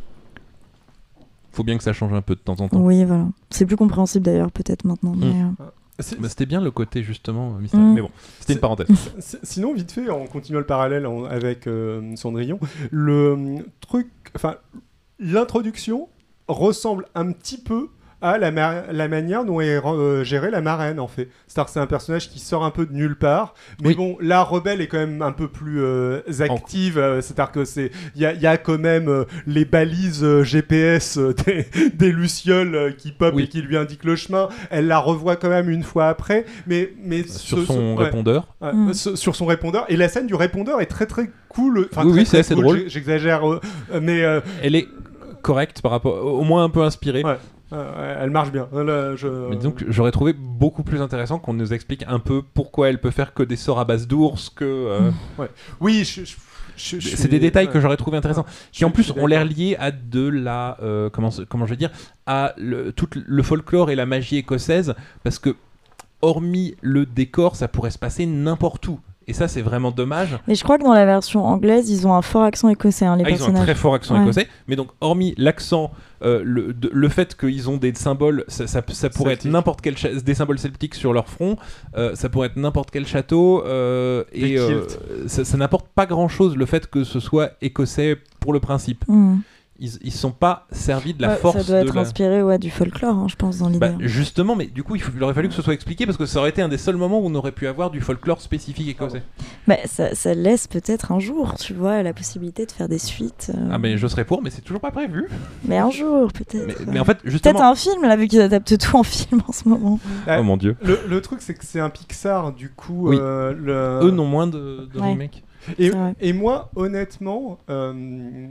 Faut bien que ça change un peu de temps en temps. Oui, voilà. C'est plus compréhensible d'ailleurs, peut-être maintenant. C'était bien le côté justement mystérieux. Mais bon, c'était une parenthèse. Sinon, vite fait, en continuant le parallèle avec Cendrillon, le truc, l'introduction ressemble un petit peu à la manière dont est gérée la marraine, en fait. C'est-à-dire que c'est un personnage qui sort un peu de nulle part, mais bon, la Rebelle est quand même un peu plus active, c'est-à-dire que il y a quand même les balises GPS des lucioles qui pop et qui lui indiquent le chemin. Elle la revoit quand même une fois après, mais sur son répondeur. Sur son répondeur, et la scène du répondeur est très très cool. C'est assez drôle. J'exagère, mais elle est correcte par rapport, au moins un peu inspirée. Elle marche bien. Mais donc j'aurais trouvé beaucoup plus intéressant qu'on nous explique un peu pourquoi elle peut faire que des sorts à base d'ours, que... Oui, c'est des détails que j'aurais trouvé intéressants, qui en plus ont l'air liés à de la... comment je vais dire, à tout le folklore et la magie écossaise, parce que hormis le décor, ça pourrait se passer n'importe où. Et ça, c'est vraiment dommage. Mais je crois que dans la version anglaise, ils ont un fort accent écossais, les personnages. Ils ont un très fort accent écossais. Mais donc, hormis l'accent, le fait qu'ils ont des symboles, ça pourrait être n'importe quel des symboles celtiques sur leur front, ça pourrait être n'importe quel château, et ça n'apporte pas grand-chose, le fait que ce soit écossais pour le principe. Ils sont pas servis de la force. Ça doit être inspiré du folklore, je pense, dans l'idée. Justement, mais du coup, il aurait fallu que ce soit expliqué, parce que ça aurait été un des seuls moments où on aurait pu avoir du folklore spécifique écossais. Ça laisse peut-être un jour, tu vois, la possibilité de faire des suites. Mais je serais pour, mais c'est toujours pas prévu. Mais un jour, peut-être. Mais en fait, justement... Peut-être un film, là, vu qu'ils adaptent tout en film en ce moment. Oh mon Dieu. Le truc, c'est que c'est un Pixar, du coup... Oui. Eux n'ont moins de remake. Et moi, honnêtement...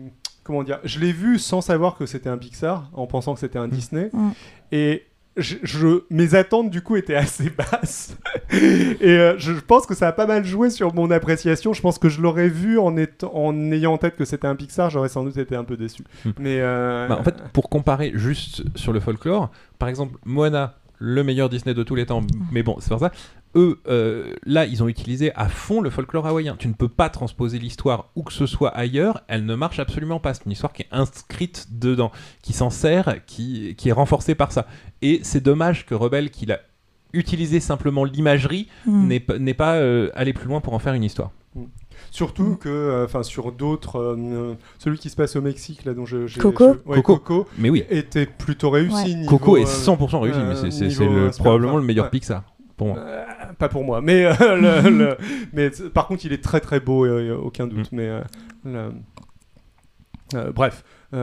comment dire, je l'ai vu sans savoir que c'était un Pixar, en pensant que c'était un Disney, et mes attentes du coup étaient assez basses et je pense que ça a pas mal joué sur mon appréciation. Je pense que je l'aurais vu en ayant en tête que c'était un Pixar, j'aurais sans doute été un peu déçu. Mais en fait, pour comparer juste sur le folklore, par exemple Moana, le meilleur Disney de tous les temps, mais bon, c'est pas ça. Eux, là, ils ont utilisé à fond le folklore hawaïen. Tu ne peux pas transposer l'histoire où que ce soit ailleurs, elle ne marche absolument pas. C'est une histoire qui est inscrite dedans, qui s'en sert, qui est renforcée par ça. Et c'est dommage que Rebelle, qu'il a utilisé simplement l'imagerie, n'ait pas allé plus loin pour en faire une histoire. Surtout que, sur d'autres, celui qui se passe au Mexique, là, dont Coco, mais oui, était plutôt réussi. Niveau, Coco est 100% réussi, mais c'est probablement le meilleur Pixar. Pour moi. Pas pour moi, mais, mais par contre il est très très beau, aucun doute. Mais bref,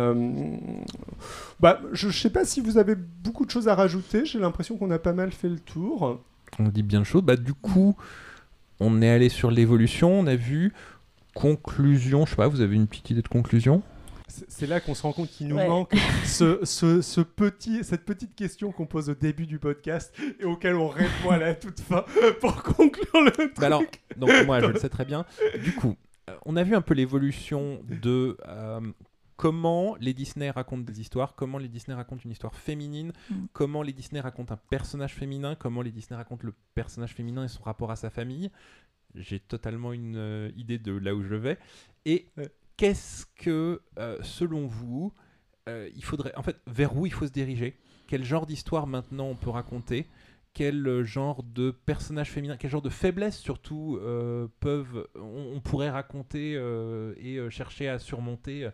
je sais pas si vous avez beaucoup de choses à rajouter. J'ai l'impression qu'on a pas mal fait le tour. On dit bien de choses. Du coup, on est allé sur l'évolution, on a vu conclusion. Je sais pas, vous avez une petite idée de conclusion? C'est là qu'on se rend compte qu'il nous manque cette petite question qu'on pose au début du podcast et auquel on répond à la toute fin pour conclure le truc. Alors, donc moi je le sais très bien. Du coup, on a vu un peu l'évolution de comment les Disney racontent des histoires, comment les Disney racontent une histoire féminine, comment les Disney racontent un personnage féminin, comment les Disney racontent le personnage féminin et son rapport à sa famille. J'ai totalement une idée de là où je vais. Et qu'est-ce que, selon vous, il faudrait, en fait, vers où il faut se diriger? Quel genre d'histoire maintenant on peut raconter? Quel genre de personnage féminin, quel genre de faiblesse surtout on pourrait raconter et chercher à surmonter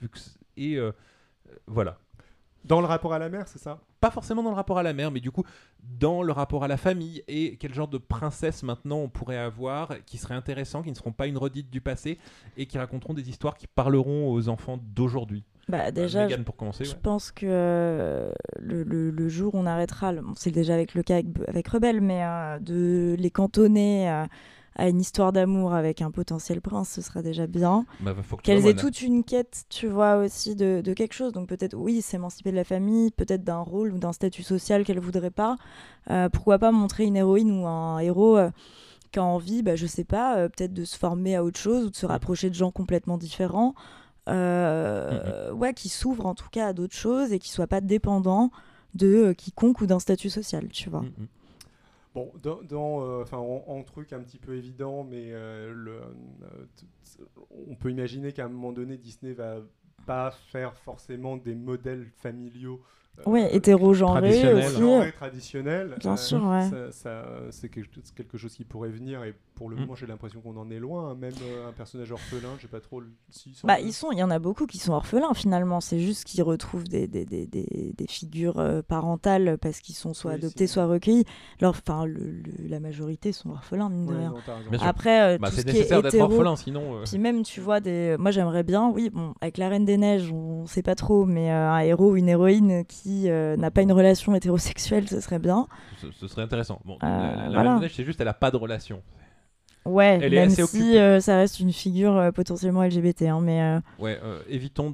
voilà. Dans le rapport à la mère, c'est ça? Pas forcément dans le rapport à la mère, mais du coup dans le rapport à la famille, et quel genre de princesse maintenant on pourrait avoir qui serait intéressant, qui ne seront pas une redite du passé et qui raconteront des histoires qui parleront aux enfants d'aujourd'hui. Déjà, Mégane, pour commencer, je pense que le jour où on arrêtera, c'est déjà avec le cas avec Rebelle, mais de les cantonner à une histoire d'amour avec un potentiel prince, ce serait déjà bien. Faut qu'elles aient toute une quête, tu vois, aussi de quelque chose. Donc peut-être, oui, s'émanciper de la famille, peut-être d'un rôle ou d'un statut social qu'elles voudraient pas. Pourquoi pas montrer une héroïne ou un héros qui a envie, je sais pas, peut-être de se former à autre chose ou de se rapprocher de gens complètement différents. Qui s'ouvrent en tout cas à d'autres choses et qui soient pas dépendants de quiconque ou d'un statut social, tu vois. Bon, en truc un petit peu évident, mais on peut imaginer qu'à un moment donné, Disney va pas faire forcément des modèles familiaux hétérogenrés aussi. Traditionnels. Bien sûr, c'est quelque chose qui pourrait venir, et pour le moment, j'ai l'impression qu'on en est loin. Même un personnage orphelin, j'ai pas trop... il y en a beaucoup qui sont orphelins, finalement. C'est juste qu'ils retrouvent des figures parentales parce qu'ils sont soit adoptés, soit recueillis. La majorité sont orphelins, mine de rien. Après, tout c'est ce qui nécessaire est d'être hétéro, orphelin, sinon... Puis même, tu vois, moi, j'aimerais bien, avec la Reine des Neiges, on sait pas trop, mais un héros ou une héroïne qui n'a pas une relation hétérosexuelle, ce serait bien. Ce serait intéressant. Bon, la Reine des Neiges, c'est juste, elle a pas de relation. Ouais, même si ça reste une figure potentiellement LGBT, mais... évitons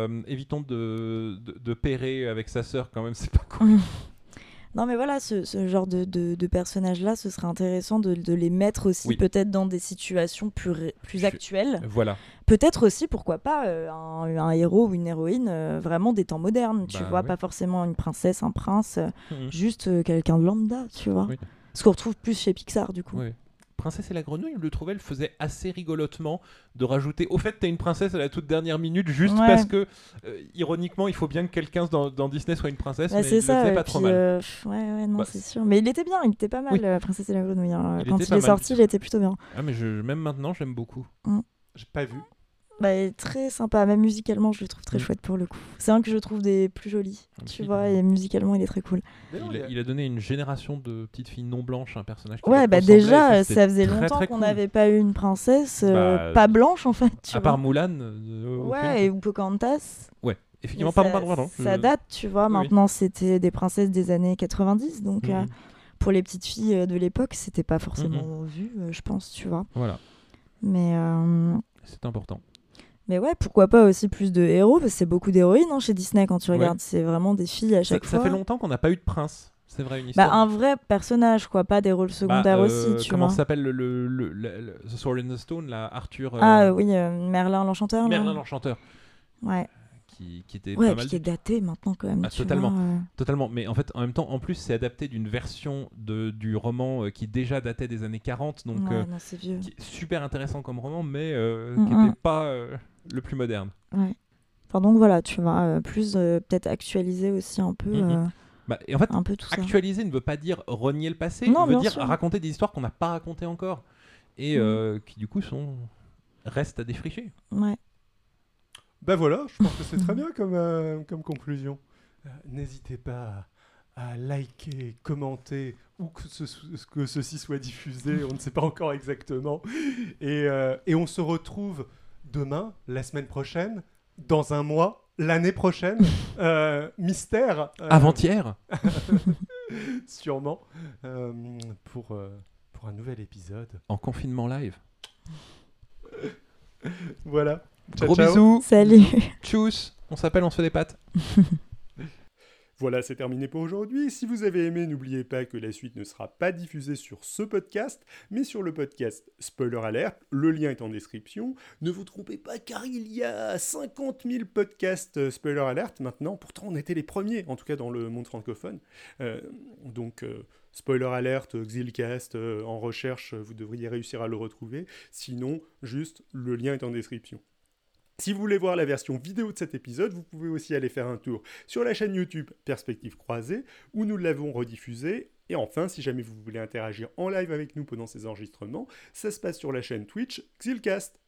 de pairer avec sa sœur, quand même, c'est pas cool. Non, mais voilà, ce genre de personnages-là, ce serait intéressant de les mettre aussi peut-être dans des situations plus actuelles. Voilà. Peut-être aussi, pourquoi pas, un héros ou une héroïne vraiment des temps modernes, tu vois, pas forcément une princesse, un prince, juste quelqu'un de lambda, tu vois. Oui. Ce qu'on retrouve plus chez Pixar, du coup. Oui. Princesse et la grenouille, je le trouvais, elle faisait assez rigolotement de rajouter. Au fait, t'es une princesse à la toute dernière minute, juste parce que, ironiquement, il faut bien que quelqu'un dans Disney soit une princesse, mais c'est ça, il le faisait pas trop mal. C'est sûr. Mais il était bien, il était pas mal, Princesse et la grenouille. Quand il est sorti, il était plutôt bien. Ah, mais même maintenant, j'aime beaucoup. J'ai pas vu. Il est très sympa, même musicalement je le trouve très chouette pour le coup. C'est un que je trouve des plus jolis, tu vois, et musicalement il est très cool. Il a donné une génération de petites filles non blanches, un personnage qui déjà ça faisait longtemps qu'on n'avait pas eu une princesse pas blanche en fait, tu à vois. Part Mulan. Et Pocahontas. Ouais, effectivement, pardon. Ça date, tu vois, maintenant c'était des princesses des années 90, donc pour les petites filles de l'époque, c'était pas forcément vu, je pense, tu vois. Voilà. Mais c'est important. Mais ouais, pourquoi pas aussi plus de héros, parce que c'est beaucoup d'héroïnes chez Disney quand tu regardes. Ouais. C'est vraiment des filles à chaque fois. Ça fait longtemps qu'on n'a pas eu de prince. C'est vrai, une histoire. Un vrai personnage, quoi, pas des rôles secondaires aussi, tu comment vois. s'appelle le The Sword in the Stone, là, Arthur. Oui, Merlin l'Enchanteur. Merlin l'Enchanteur. Ouais. Qui était ouais, pas mal. Qui est daté maintenant quand même. Totalement. Vois, Totalement. Mais en fait, en même temps, en plus, c'est adapté d'une version du roman qui déjà datait des années 40. Donc, non, c'est vieux. Qui est super intéressant comme roman, mais qui n'était pas le plus moderne. Ouais. Enfin, donc voilà, tu vas plus peut-être actualiser aussi un peu. Et en fait, un peu tout actualiser ça. ne veut pas dire renier le passé, non, veut dire sûr. raconter des histoires qu'on n'a pas racontées encore. Et qui du coup restent à défricher. Ouais. Ben voilà, je pense que c'est très bien comme conclusion. N'hésitez pas à liker, commenter, ou que ceci soit diffusé, on ne sait pas encore exactement. Et on se retrouve demain, la semaine prochaine, dans un mois, l'année prochaine. Mystère. Avant-hier. Sûrement. Pour un nouvel épisode. En confinement live. Voilà. Ciao, Gros ciao. bisous. Salut. Tchuss. On s'appelle, on se fait des pattes. Voilà, c'est terminé pour aujourd'hui. Si vous avez aimé, n'oubliez pas que la suite ne sera pas diffusée sur ce podcast, mais sur le podcast Spoiler Alert. Le lien est en description. Ne vous trompez pas, car il y a 50 000 podcasts Spoiler Alert maintenant. Pourtant, on était les premiers, en tout cas dans le monde francophone. Donc, Spoiler Alert, Xilcast, en recherche, vous devriez réussir à le retrouver. Sinon, juste, le lien est en description. Si vous voulez voir la version vidéo de cet épisode, vous pouvez aussi aller faire un tour sur la chaîne YouTube Perspective Croisée, où nous l'avons rediffusé. Et enfin, si jamais vous voulez interagir en live avec nous pendant ces enregistrements, ça se passe sur la chaîne Twitch Xilcast.